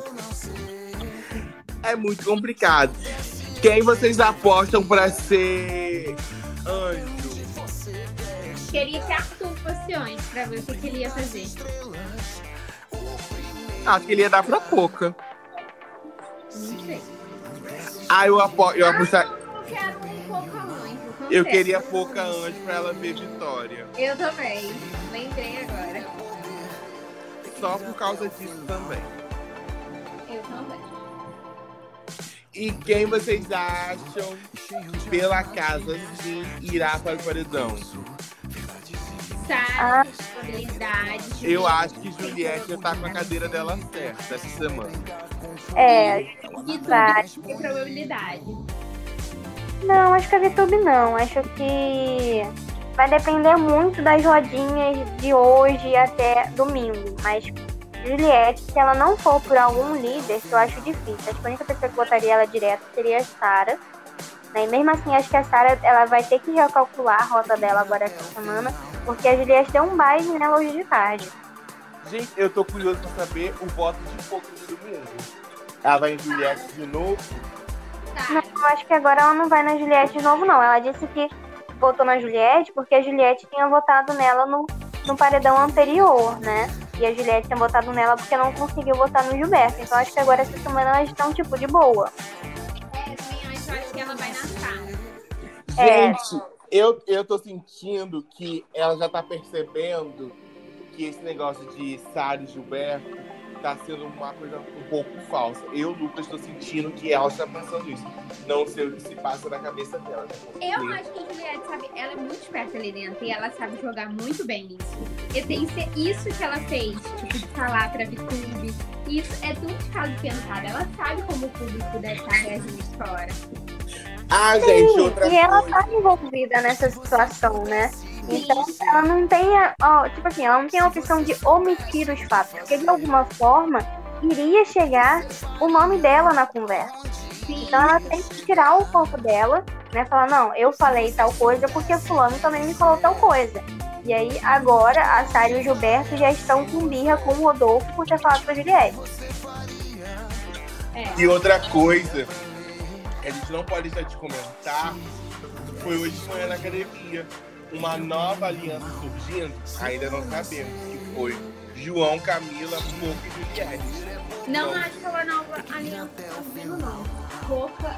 É muito complicado. Quem vocês apostam pra ser anjo? Queria que Arthur fosse antes pra ver o que ele ia fazer. Acho que ele ia dar pra Pouca. Não sei. Eu apostar. Eu quero um pouco anjo. Eu queria Pouca anjo pra ela ver Vitória. Eu também. Lembrei agora. Só por causa disso também. Eu também. E quem vocês acham que pela casa sim irá para o paredão? Sara, probabilidade. Eu acho que Juliette já tá com a cadeira dela certa essa semana. E vai. tudo de probabilidade. Não, acho que a VTube não. Acho que vai depender muito das rodinhas de hoje até domingo. Mas Juliette, se ela não for por algum líder, que eu acho difícil. Acho que a única pessoa que botaria ela direto seria a Sara. Né? E mesmo assim, acho que a Sara ela vai ter que recalcular a rota dela agora essa semana, porque a Juliette deu um baile nela hoje de tarde. Gente, eu tô curioso pra saber o voto de Pouca de domingo. Ela vai em Juliette de novo? Não, eu acho que agora ela não vai na Juliette de novo, não. Ela disse que votou na Juliette porque a Juliette tinha votado nela no paredão anterior, né? E a Juliette tinha votado nela porque não conseguiu votar no Gilberto. Então acho que agora essa semana elas estão, tipo, de boa. Eu também acho que ela vai na Sara. Gente, eu tô sentindo que ela já tá percebendo que esse negócio de Sara e Gilberto tá sendo uma coisa um pouco falsa. Eu, Lucas, tô sentindo que ela está pensando isso. Não sei o que se passa na cabeça dela. Né? Eu acho que a Juliette, sabe, ela é muito esperta ali dentro e ela sabe jogar muito bem isso. Eu tenho isso que ela fez, tipo, de falar pra VTube. Isso é tudo de caso pensado. Ela sabe como o público deve estar reagindo fora. Gente, outra e ela coisa. tá envolvida nessa situação, né? Então ela não tem ela não tem a opção de omitir os fatos, porque de alguma forma iria chegar o nome dela na conversa. Então ela tem que tirar o foco dela, né? Falar, não, eu falei tal coisa porque fulano também me falou tal coisa. E aí agora a Sara e o Gilberto já estão com birra com o Rodolfo por ter falado pra Juliette. E outra coisa que a gente não pode deixar de comentar Foi hoje de manhã na academia. Uma nova aliança surgindo, ainda não sabemos, que foi João, Camila, Poca e Juliette. Não acho que é uma nova aliança surgindo, não. Poca,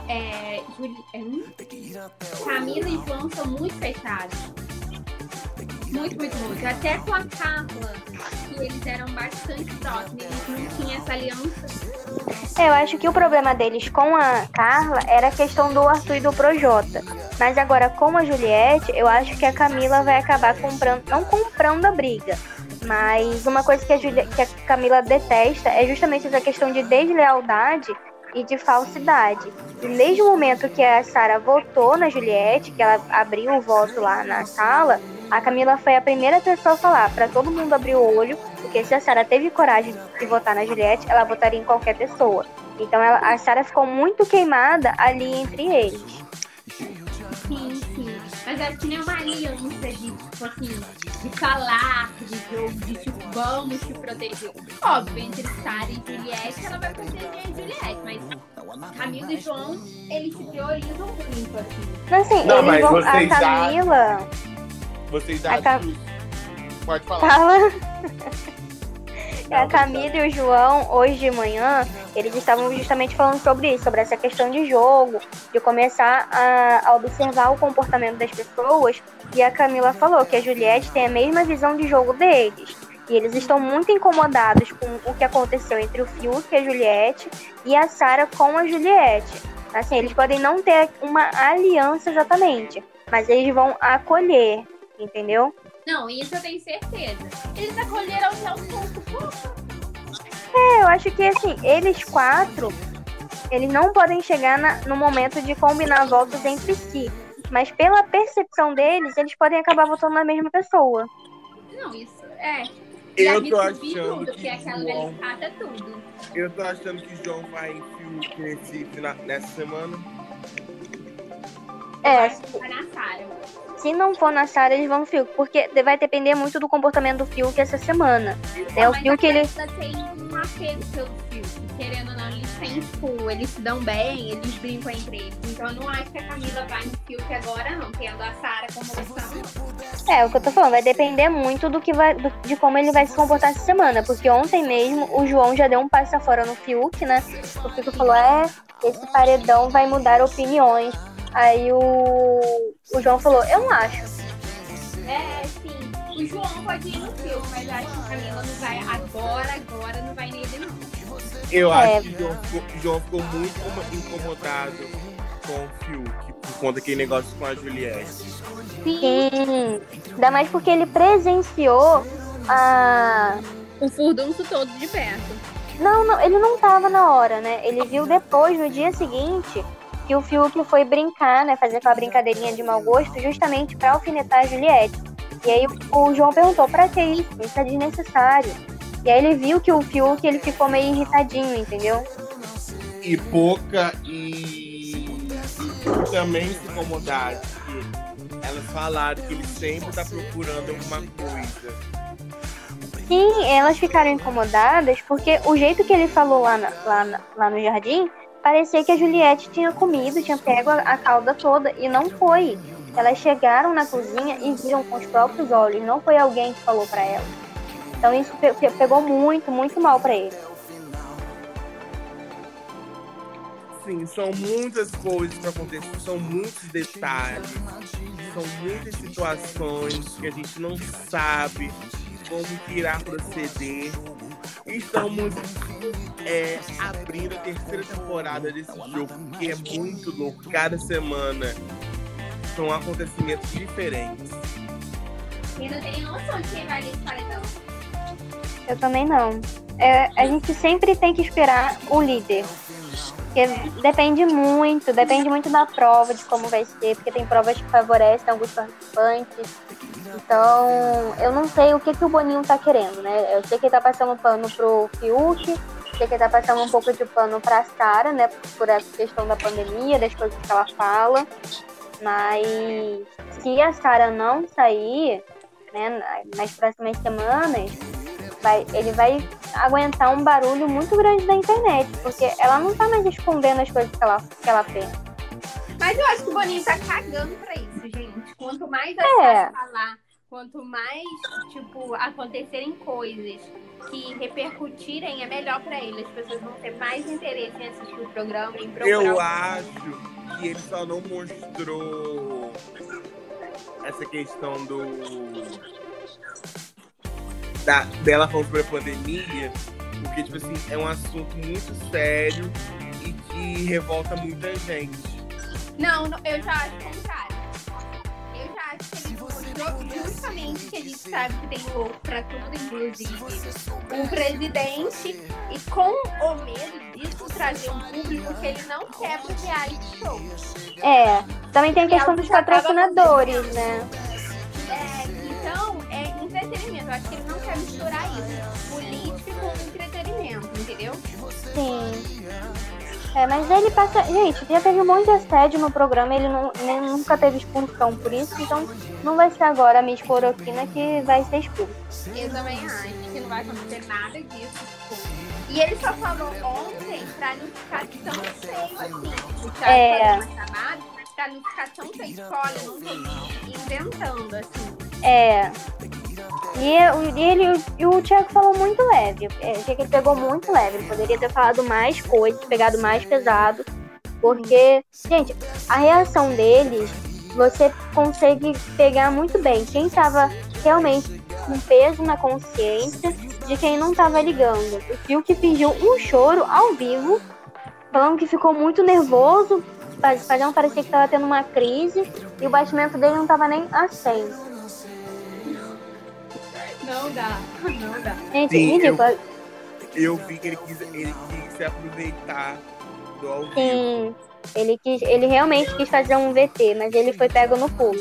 Camila e João são muito fechados. Muito, muito, muito. Até com a Carla, que eles eram bastante próximos, eles não tinham essa aliança. Eu acho que o problema deles com a Carla era a questão do Arthur e do Projota. Mas agora, com a Juliette, eu acho que a Camila vai acabar não comprando a briga. Mas uma coisa que a Camila detesta é justamente essa questão de deslealdade e de falsidade. E desde o momento que a Sara votou na Juliette, que ela abriu o voto lá na sala, a Camila foi a primeira pessoa a falar para todo mundo abrir o olho, porque se a Sara teve coragem de votar na Juliette, ela votaria em qualquer pessoa. Então a Sara ficou muito queimada ali entre eles. Sim, sim. Mas acho que nem uma aliança de, tipo assim, de falar, de jogo, de tipo, vamos te proteger. Óbvio, entre Sara e Juliette, ela vai proteger a Juliette, mas Camila e João, eles se priorizam muito, assim. Assim, Não, eles mas vão. vocês A Camila. Vocês A acham que... Pode falar. Fala. Não, A Camila e o João, hoje de manhã, eles estavam justamente falando sobre isso, sobre essa questão de jogo, de começar a observar o comportamento das pessoas. E a Camila falou que a Juliette tem a mesma visão de jogo deles. E eles estão muito incomodados com o que aconteceu entre o Fiuk e a Juliette e a Sara com a Juliette. Assim, eles podem não ter uma aliança exatamente, mas eles vão acolher, entendeu? Não, isso eu tenho certeza. Eles acolheram até o ponto, poxa. Eu acho que, assim, eles quatro, eles não podem chegar no momento de combinar votos entre si. Mas pela percepção deles, eles podem acabar votando na mesma pessoa. Não, isso é. Eu tô achando que aquela João... dele cata tudo. Eu tô achando que João vai em Fiuk nessa semana. Vai na Sara. Se não for na Sara, eles vão no Fiuk, porque vai depender muito do comportamento do Fiuk essa semana. O Fiuk, ele tem um apego pelo Fiuk, querendo ou não, eles têm, tipo, eles se dão bem, eles brincam entre eles. Então eu não acho que a Camila vai no Fiuk agora, não, tendo a Sara como opção. o que eu tô falando, vai depender muito de como ele vai se comportar essa semana, porque ontem mesmo o João já deu um passo fora no Fiuk, né? O Fiuk falou, esse paredão vai mudar opiniões. Aí o João falou, eu não acho. Sim. O João pode ir no filme, mas acho que a Camila não vai agora não vai nele, não. Eu acho que o João ficou muito incomodado com o Fiuk, por conta daquele negócio com a Juliette. Sim. Ainda mais porque ele presenciou o furdunço todo de perto. Não, ele não tava na hora, né? Ele viu depois, no dia seguinte, que o Fiuk foi brincar, né? Fazer aquela brincadeirinha de mau gosto, justamente pra alfinetar a Juliette. E aí o João perguntou, pra que isso? Isso é desnecessário. E aí ele viu que o Fiuk, ele ficou meio irritadinho, entendeu? E Poca e também se incomodaram, porque elas falaram que ele sempre tá procurando alguma coisa. Sim, elas ficaram incomodadas porque o jeito que ele falou lá no jardim, parecia que a Juliette tinha comido, tinha pego a calda toda, e não foi. Elas chegaram na cozinha e viram com os próprios olhos, não foi alguém que falou pra elas. Então isso pegou muito, muito mal pra ele. Sim, são muitas coisas que acontecem, são muitos detalhes, são muitas situações que a gente não sabe como que irá proceder. Estamos abrindo a terceira temporada desse jogo, que é muito louco. Cada semana são acontecimentos diferentes. Eu não tenho noção de quem vai nesse paredão. Eu também não. A gente sempre tem que esperar o líder. Porque depende muito da prova, de como vai ser, porque tem provas que favorecem alguns participantes. Então, eu não sei o que o Boninho tá querendo, né? Eu sei que ele tá passando pano pro Fiuk, sei que ele tá passando um pouco de pano pra Sara, né? Por essa questão da pandemia, das coisas que ela fala. Mas se a Sara não sair, né, nas próximas semanas, ele vai aguentar um barulho muito grande da internet, porque ela não tá mais escondendo as coisas que ela pensa. Mas eu acho que o Boninho tá cagando pra isso, gente. Quanto mais a Sasha falar, quanto mais, tipo, acontecerem coisas que repercutirem, é melhor pra ele. As pessoas vão ter mais interesse em assistir o programa, em procurar. Eu acho que ele só não mostrou essa questão dela falando sobre a pandemia, porque, tipo assim, é um assunto muito sério e que revolta muita gente. Não, eu já acho o contrário. Eu já acho que ele mostrou justamente que a gente sabe que tem louco pra tudo, inclusive o presidente, e com o medo disso trazer um público que ele não quer pro reality show. Também tem a questão dos patrocinadores, né? Então, é entretenimento. Eu acho que ele não quer misturar isso, política com entretenimento, entendeu? Sim. Mas ele passa... Gente, já teve um monte de assédio no programa, ele nunca teve expulsão por isso, então não vai ser agora a Miss Cloroquina que vai ser expulsa. Eu também acho que não vai acontecer nada disso. E ele só falou ontem pra não ficar tão feio assim. Pra não ficar tão feio. Olha, não tô inventando, assim. E o Thiago falou muito leve. Achei que ele pegou muito leve. Ele poderia ter falado mais coisas, pegado mais pesado. Porque, gente, a reação deles, você consegue pegar muito bem. Quem tava realmente com peso na consciência de quem não tava ligando. O Fiuk fingiu um choro ao vivo, falando que ficou muito nervoso, fazendo parecer que tava tendo uma crise, e o batimento dele não tava nem a 100. Não dá. Gente, sim, ridículo. Eu vi que ele quis se aproveitar do ao vivo. Sim, ele realmente quis fazer um VT, mas ele foi pego no pulo.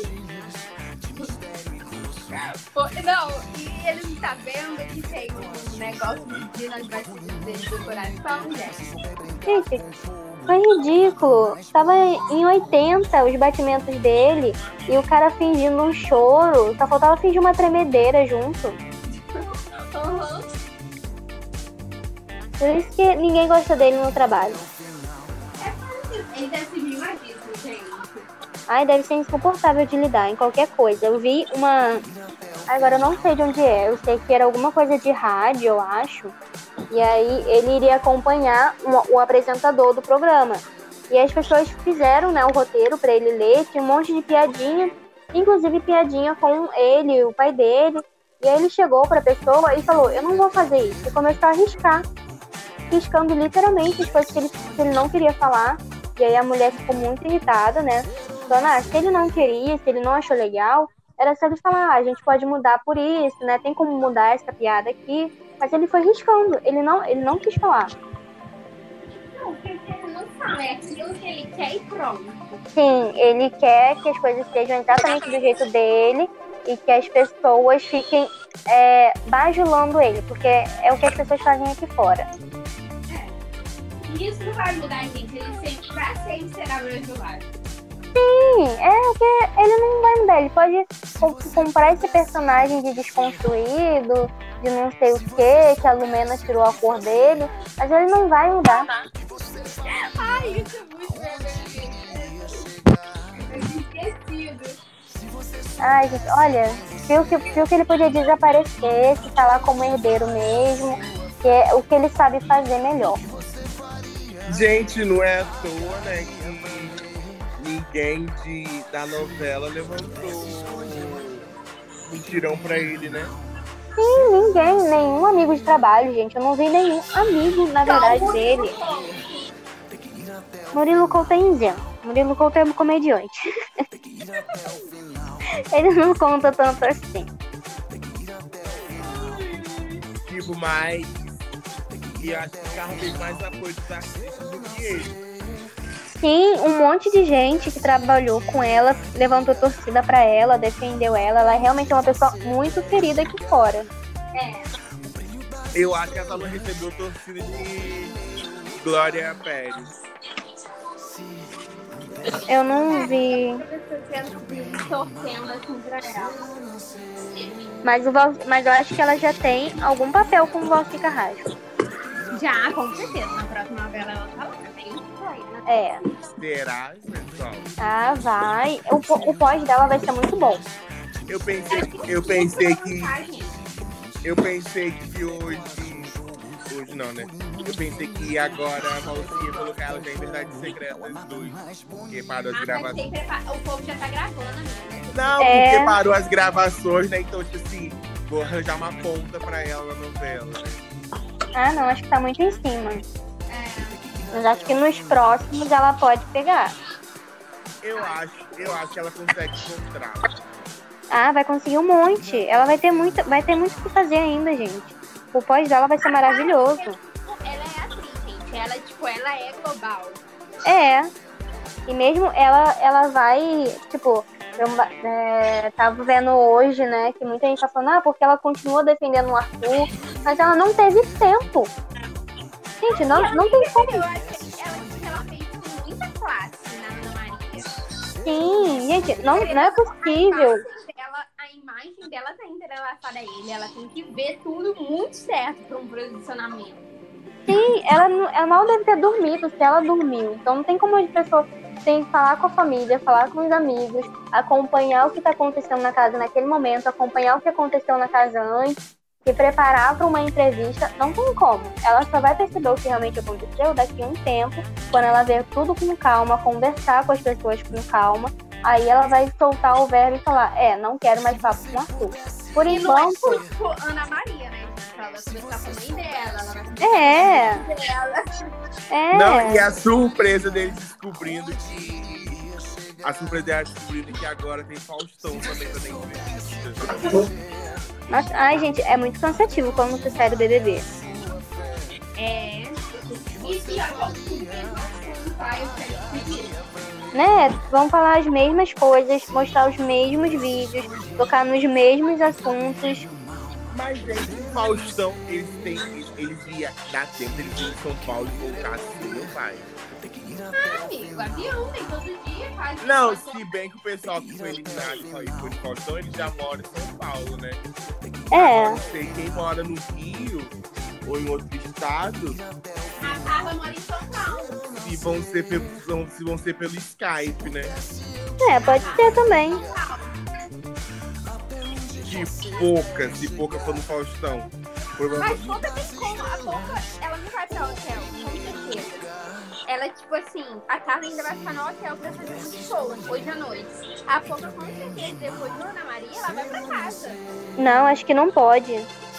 Não, e ele não tá vendo que tem um negócio de nas bastidores do coração, gente? Gente, foi ridículo. Tava em 80 os batimentos dele e o cara fingindo um choro. Só faltava fingir uma tremedeira junto. Por isso que ninguém gosta dele no trabalho. Ele deve ser mimadíssimo, gente. Ai, deve ser insuportável de lidar em qualquer coisa. Eu vi uma... Agora eu não sei de onde é. Eu sei que era alguma coisa de rádio, eu acho. E aí ele iria acompanhar o apresentador do programa. E as pessoas fizeram, né, o roteiro pra ele ler. Tinha um monte de piadinha. Inclusive piadinha com ele, o pai dele. E aí ele chegou pra pessoa e falou, eu não vou fazer isso. E começou a arriscar. Riscando literalmente as coisas que ele não queria falar. E aí a mulher ficou muito irritada, né? Falando, se ele não queria, se ele não achou legal, era só ele falar, a gente pode mudar por isso, né? Tem como mudar essa piada aqui. Mas ele foi riscando, ele não quis falar. Não, porque ele não fala, é aquilo que ele quer e pronto. Sim, ele quer que as coisas sejam exatamente do jeito dele e que as pessoas fiquem bajulando ele, porque é o que as pessoas fazem aqui fora. E isso não vai mudar, gente. Ele sempre, pra sempre será bajulado. Sim, porque ele não vai mudar. Ele pode comprar esse personagem de desconstruído, de não sei o que a Lumena tirou a cor dele, mas ele não vai mudar. Ai, isso é muito verdadeiro. Eu esquecido. Ai, gente, olha, Fiuk ele podia desaparecer, ficar lá como herdeiro mesmo, que é o que ele sabe fazer melhor. Gente, não é à toa, né, que ninguém da novela levantou um tirão pra ele, né? Sim, ninguém, nenhum amigo de trabalho, gente. Eu não vi nenhum amigo, na verdade, dele. Murilo Couto é isento. Murilo Couto é um comediante. Ele não conta tanto assim. Tipo, mais... E eu acho que o carro fez mais apoio dos artistas do que ele. Sim, um monte de gente que trabalhou com ela, levantou torcida pra ela, defendeu ela. Ela realmente é uma pessoa muito querida aqui fora. Eu acho que ela não recebeu torcida de Glória Pérez. Eu não vi. Torcendo assim pra ela. Mas eu acho que ela já tem algum papel com o Valci Carrasco. Já, com certeza. Na próxima novela ela tá lá. É. Será, pessoal? Ah, vai. O pós dela vai ser muito bom. Eu pensei que hoje não, né? Eu pensei que agora a Valsinha ia colocar ela já em Verdades Secretas 2. Porque parou as gravações. O povo já tá gravando, amiga. Não, porque parou as gravações, né? Então, tipo assim, vou arranjar uma ponta pra ela na novela, né? Ah, não, acho que tá muito em cima. Mas acho que nos próximos ela pode pegar. Eu acho que ela consegue encontrar. Ah, vai conseguir um monte. Ela vai ter muito o que fazer ainda, gente. O pós dela vai ser maravilhoso. Ela é atriz, gente. Ela é global. É. E mesmo ela vai, tipo, eu tava vendo hoje, né, que muita gente tá falando, porque ela continua defendendo o Arthur, mas ela não teve tempo. Gente, não tem como. Eu acho que ela fez muita classe na Ana Maria. Sim, gente, não é possível. A imagem dela tá entrelaçada a ele. Ela tem que ver tudo muito certo para um posicionamento. Sim, ela mal deve ter dormido, se ela dormiu. Então não tem como a pessoa tem que falar com a família, falar com os amigos, acompanhar o que tá acontecendo na casa naquele momento, acompanhar o que aconteceu na casa antes, se preparar para uma entrevista. Não tem como. Ela só vai perceber o que realmente aconteceu daqui a um tempo, quando ela ver tudo com calma, conversar com as pessoas com calma. Aí ela vai soltar o verbo e falar, não quero mais papo com o Arthur. Por enquanto... Não é tipo Ana Maria, né? Ela vai conversar com a mãe dela, ela vai conversar com a mãe dela. Não, e a surpresa deles descobrindo que agora tem Faustão também pra entrevista. Mas, gente, é muito cansativo quando você sai do BBB. E né? Vão falar as mesmas coisas, mostrar os mesmos vídeos, tocar nos mesmos assuntos. Mas, gente, o Faustão, eles iam dar tempo, eles iam em São Paulo e voltar assim, meu pai. Amigo, avião, tem todo dia, quase. Não, se bem que o pessoal que foi eliminado e foi de Faustão, eles já moram em São Paulo, né? Não sei quem mora no Rio ou em outro estado. A Carla mora em São Paulo. Se vão ser pelo Skype, né? Pode ser também. Se pouca for no Faustão. Mas pouca tem como. A pouca, ela não vai pra hotel, com certeza. Ela, tipo assim, a Carla ainda vai ficar no hotel pra fazer um show hoje à noite. A pouca, com certeza, depois do Ana Maria, ela vai pra casa. Não, acho que não pode.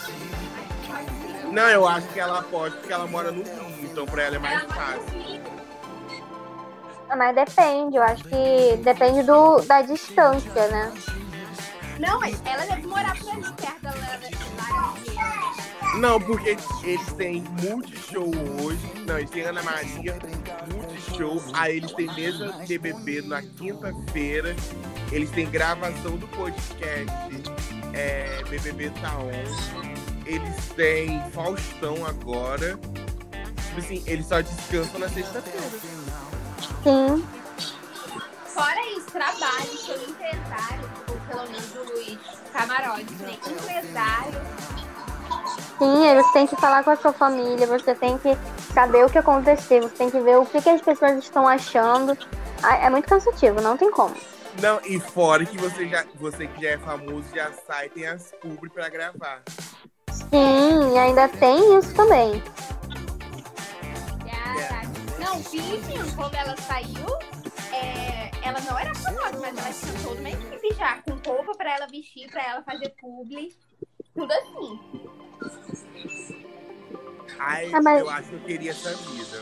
Não, eu acho que ela pode, porque ela mora no Rio, então pra ela é mais fácil. Mas depende, eu acho que depende da distância, né? Não, mas ela deve morar por ali, perto da Laranjeira. Não, porque eles têm Multishow hoje. Não, eles têm Ana Maria, Multishow. Aí eles têm mesa de BBB na quinta-feira. Eles têm gravação do podcast BBB Tá On. Eles têm Faustão agora. Tipo assim, eles só descansam na sexta-feira. Sim. Fora isso, trabalho, seu empresário, ou pelo menos os camarotes, né? Empresário. Sim, aí você tem que falar com a sua família, você tem que saber o que aconteceu, você tem que ver o que as pessoas estão achando. É muito cansativo, não tem como. Não, e fora que você que já é famoso, já sai, tem as publi pra gravar. Sim, e ainda tem isso também. Não, Vivian, quando ela saiu, ela não era famosa, mas ela tinha toda uma equipe já, com roupa pra ela vestir, pra ela fazer publi, tudo assim. Ai, eu acho que eu queria essa vida.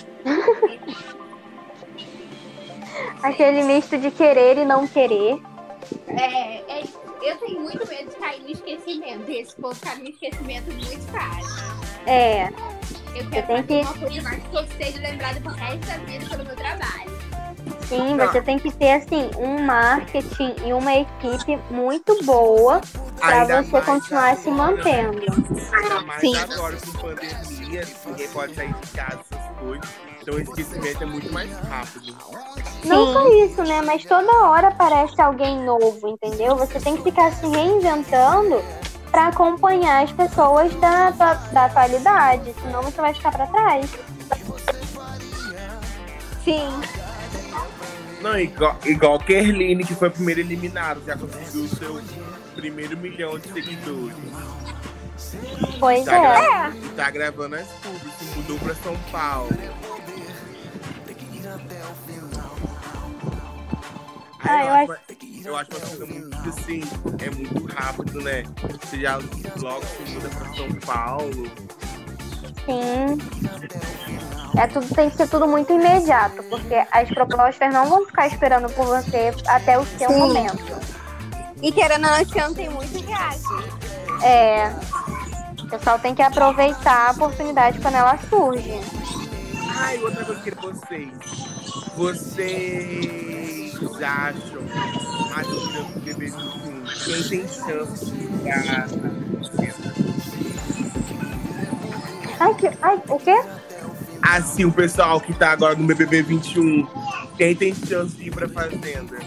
Aquele misto de querer e não querer. Eu tenho muito medo de cair no esquecimento. Esse povo cai no esquecimento muito fácil. Eu quero fazer uma coisa mais que eu seja lembrada pro resto da vida pelo meu trabalho. Sim, você tem que ter, assim, um marketing e uma equipe muito boa pra você continuar se mantendo. Ainda mais agora com pandemia, ninguém pode sair de casa, essas coisas. Então o esquecimento é muito mais rápido. Não só isso, né? Mas toda hora aparece alguém novo, entendeu? Você tem que ficar se reinventando para acompanhar as pessoas da atualidade, senão você vai ficar para trás. Sim. Não, igual Kerline, que foi a primeira eliminada, já conseguiu o seu primeiro 1 milhão de seguidores. Pois Tá gravando as públicas, mudou pra São Paulo. Eu acho uma coisa muito assim, é muito rápido, né? Você já logo se muda pra São Paulo. Sim. Tem que ser tudo muito imediato, porque as propostas não vão ficar esperando por você até o seu momento. E querendo ou não, esse ano tem muito viagem. O pessoal tem que aproveitar a oportunidade quando ela surge. E outra coisa que vocês acham a dúvida do BBB 21? Quem tem chance de ficar? O quê? Assim, o pessoal que tá agora no BBB 21, quem tem chance de ir pra Fazenda?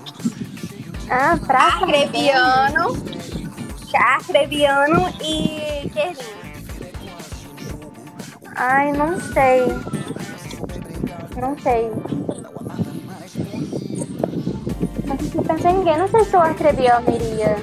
Arcrebiano e Kerline. Não sei. Não consigo pensar em ninguém. Não sei se o Arcrebiano iria.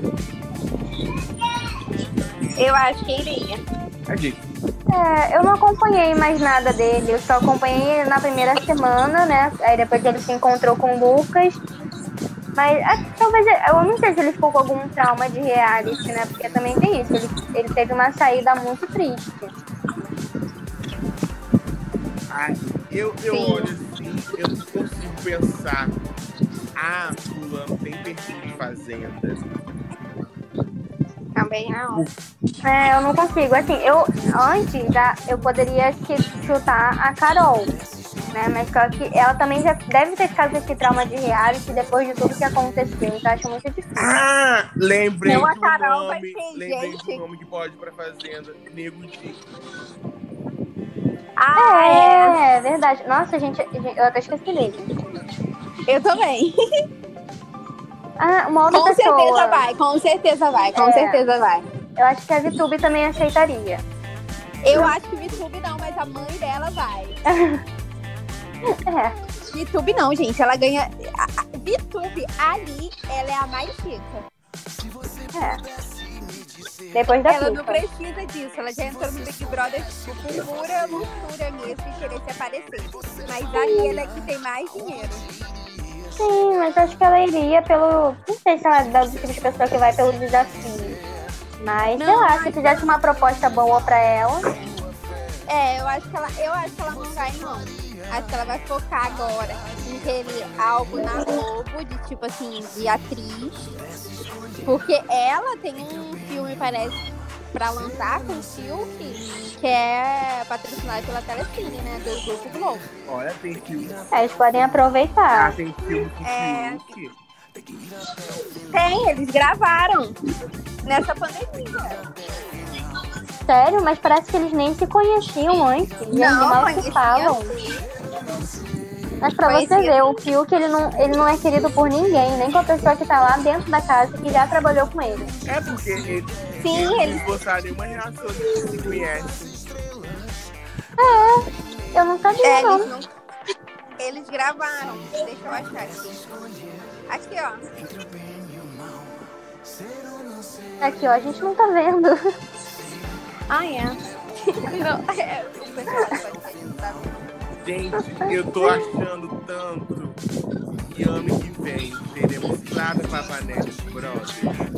Eu acho que iria. Eu não acompanhei mais nada dele. Eu só acompanhei na primeira semana, né? Aí depois ele se encontrou com o Lucas. Mas talvez, eu não sei se ele ficou com algum trauma de reality, né? Porque também tem isso. Ele teve uma saída muito triste. Eu olho assim, eu não consigo pensar. Fulano tem perfil de Fazenda. Também não. Eu não consigo. Assim, antes eu poderia chutar a Carol, né? Mas só que ela também já deve ter ficado com esse trauma de reality depois de tudo que aconteceu. Então acho muito difícil. Lembrei Não, a de Carol um vai nome. ser Lembrei gente. de um nome que pode ir pra Fazenda. Nego Di. É verdade. Nossa, gente, eu até esqueci dele. Eu também. Uma outra Com pessoa. certeza vai. Eu acho que a VTube também aceitaria. Eu acho que VTube não, mas a mãe dela vai. VTube não, gente. Ela ganha. A VTube ali, ela é a mais chica. Depois da Ela FIFA. não precisa disso. Ela já entrou no Big Brother por pura loucura mesmo e querer se aparecer. Mas ali ela é que tem mais dinheiro. Sim, mas acho que ela iria pelo... Não sei se ela é do tipo de pessoa que vai pelo desafio. Mas, sei lá, se fizesse uma proposta boa pra ela... Eu acho que ela não vai, não. Acho que ela vai focar agora em ter algo na Globo, de tipo assim, de atriz. Porque ela tem um filme, parece, pra lançar com o Silk, que é patrocinado pela Telecine, né? Do Grupo Globo. Olha, tem filme. Eles podem aproveitar. Tem filme com Silk. Tem, eles gravaram nessa pandemia. Sério? Mas parece que eles nem se conheciam antes. Não, mal se falam. Mas pra você ver, o Fiuk, ele não é querido por ninguém, nem com a pessoa que tá lá dentro da casa que já trabalhou com ele. É porque eles botaram nenhuma reação de que se conhece. Eu não sabia, não. Eles gravaram. Deixa eu achar aqui. Aqui, ó. Aqui, ó, a gente não tá vendo. Não, o pessoal pode ser, não tá vendo. Gente, eu tô achando tanto que ano que vem teremos Flávia Pavanelli, brother.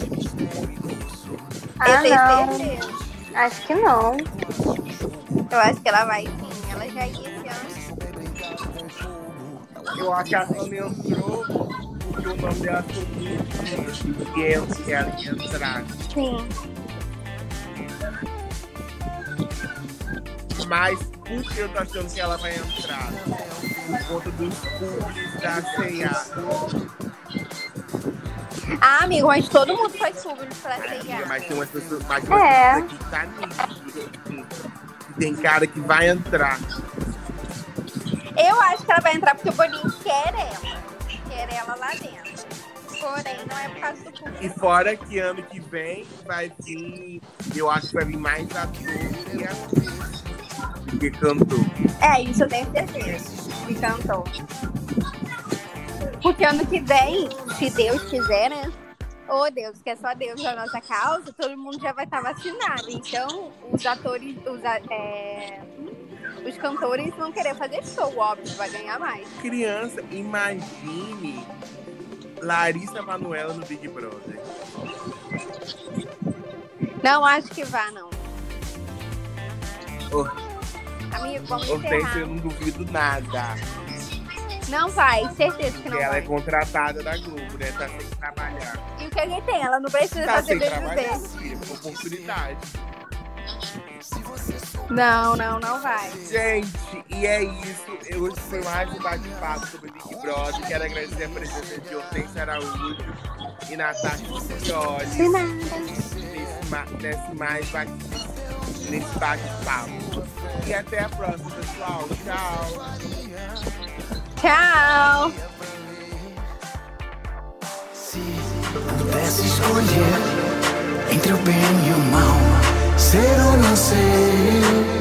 Não. Acho que não. Eu acho que ela vai sim. Ela já ia esse ano. Eu acho que ela não entrou porque o nome dela foi muito e ela ia entrar. Sim. Mas por que eu tô achando que ela vai entrar? Por conta dos públicos da C&A. Amigo, mas todo mundo faz público pra C&A. Mas tem umas pessoas aqui que tá nítido. Tem cara que vai entrar. Eu acho que ela vai entrar porque o Boninho quer ela. Quer ela lá dentro. Porém, não é por causa do público. E fora que ano que vem vai vir, eu acho que vai vir mais ator que atriz do que cantor. É, isso eu tenho certeza. Que cantor. Porque ano que vem, se Deus quiser, né? Ô Deus, que é só Deus na nossa causa, todo mundo já vai estar vacinado. Então, os atores, os cantores vão querer fazer show, óbvio, vai ganhar mais. Criança, imagine Larissa Manoela no Big Brother. Não acho que vá, não. Oh, Amigo, vamos Hortência, eu encerrar. não duvido nada. Não vai, certeza que não Porque ela vai. é contratada da Globo, né? Tá sem trabalhar. E o que a gente tem? Ela não precisa Tá fazer sem trabalhar, BBB. filha. Oportunidade. Não vai. Gente, e é isso. Hoje foi mais um bate-papo sobre Big Brother. Quero agradecer a presença de Hortência Araújo e Natasha Cioli De nada. nesse bate-papo. E até a próxima, pessoal. Tchau. Tchau. Se pudesse escolher entre o bem e o mal, ser ou não ser,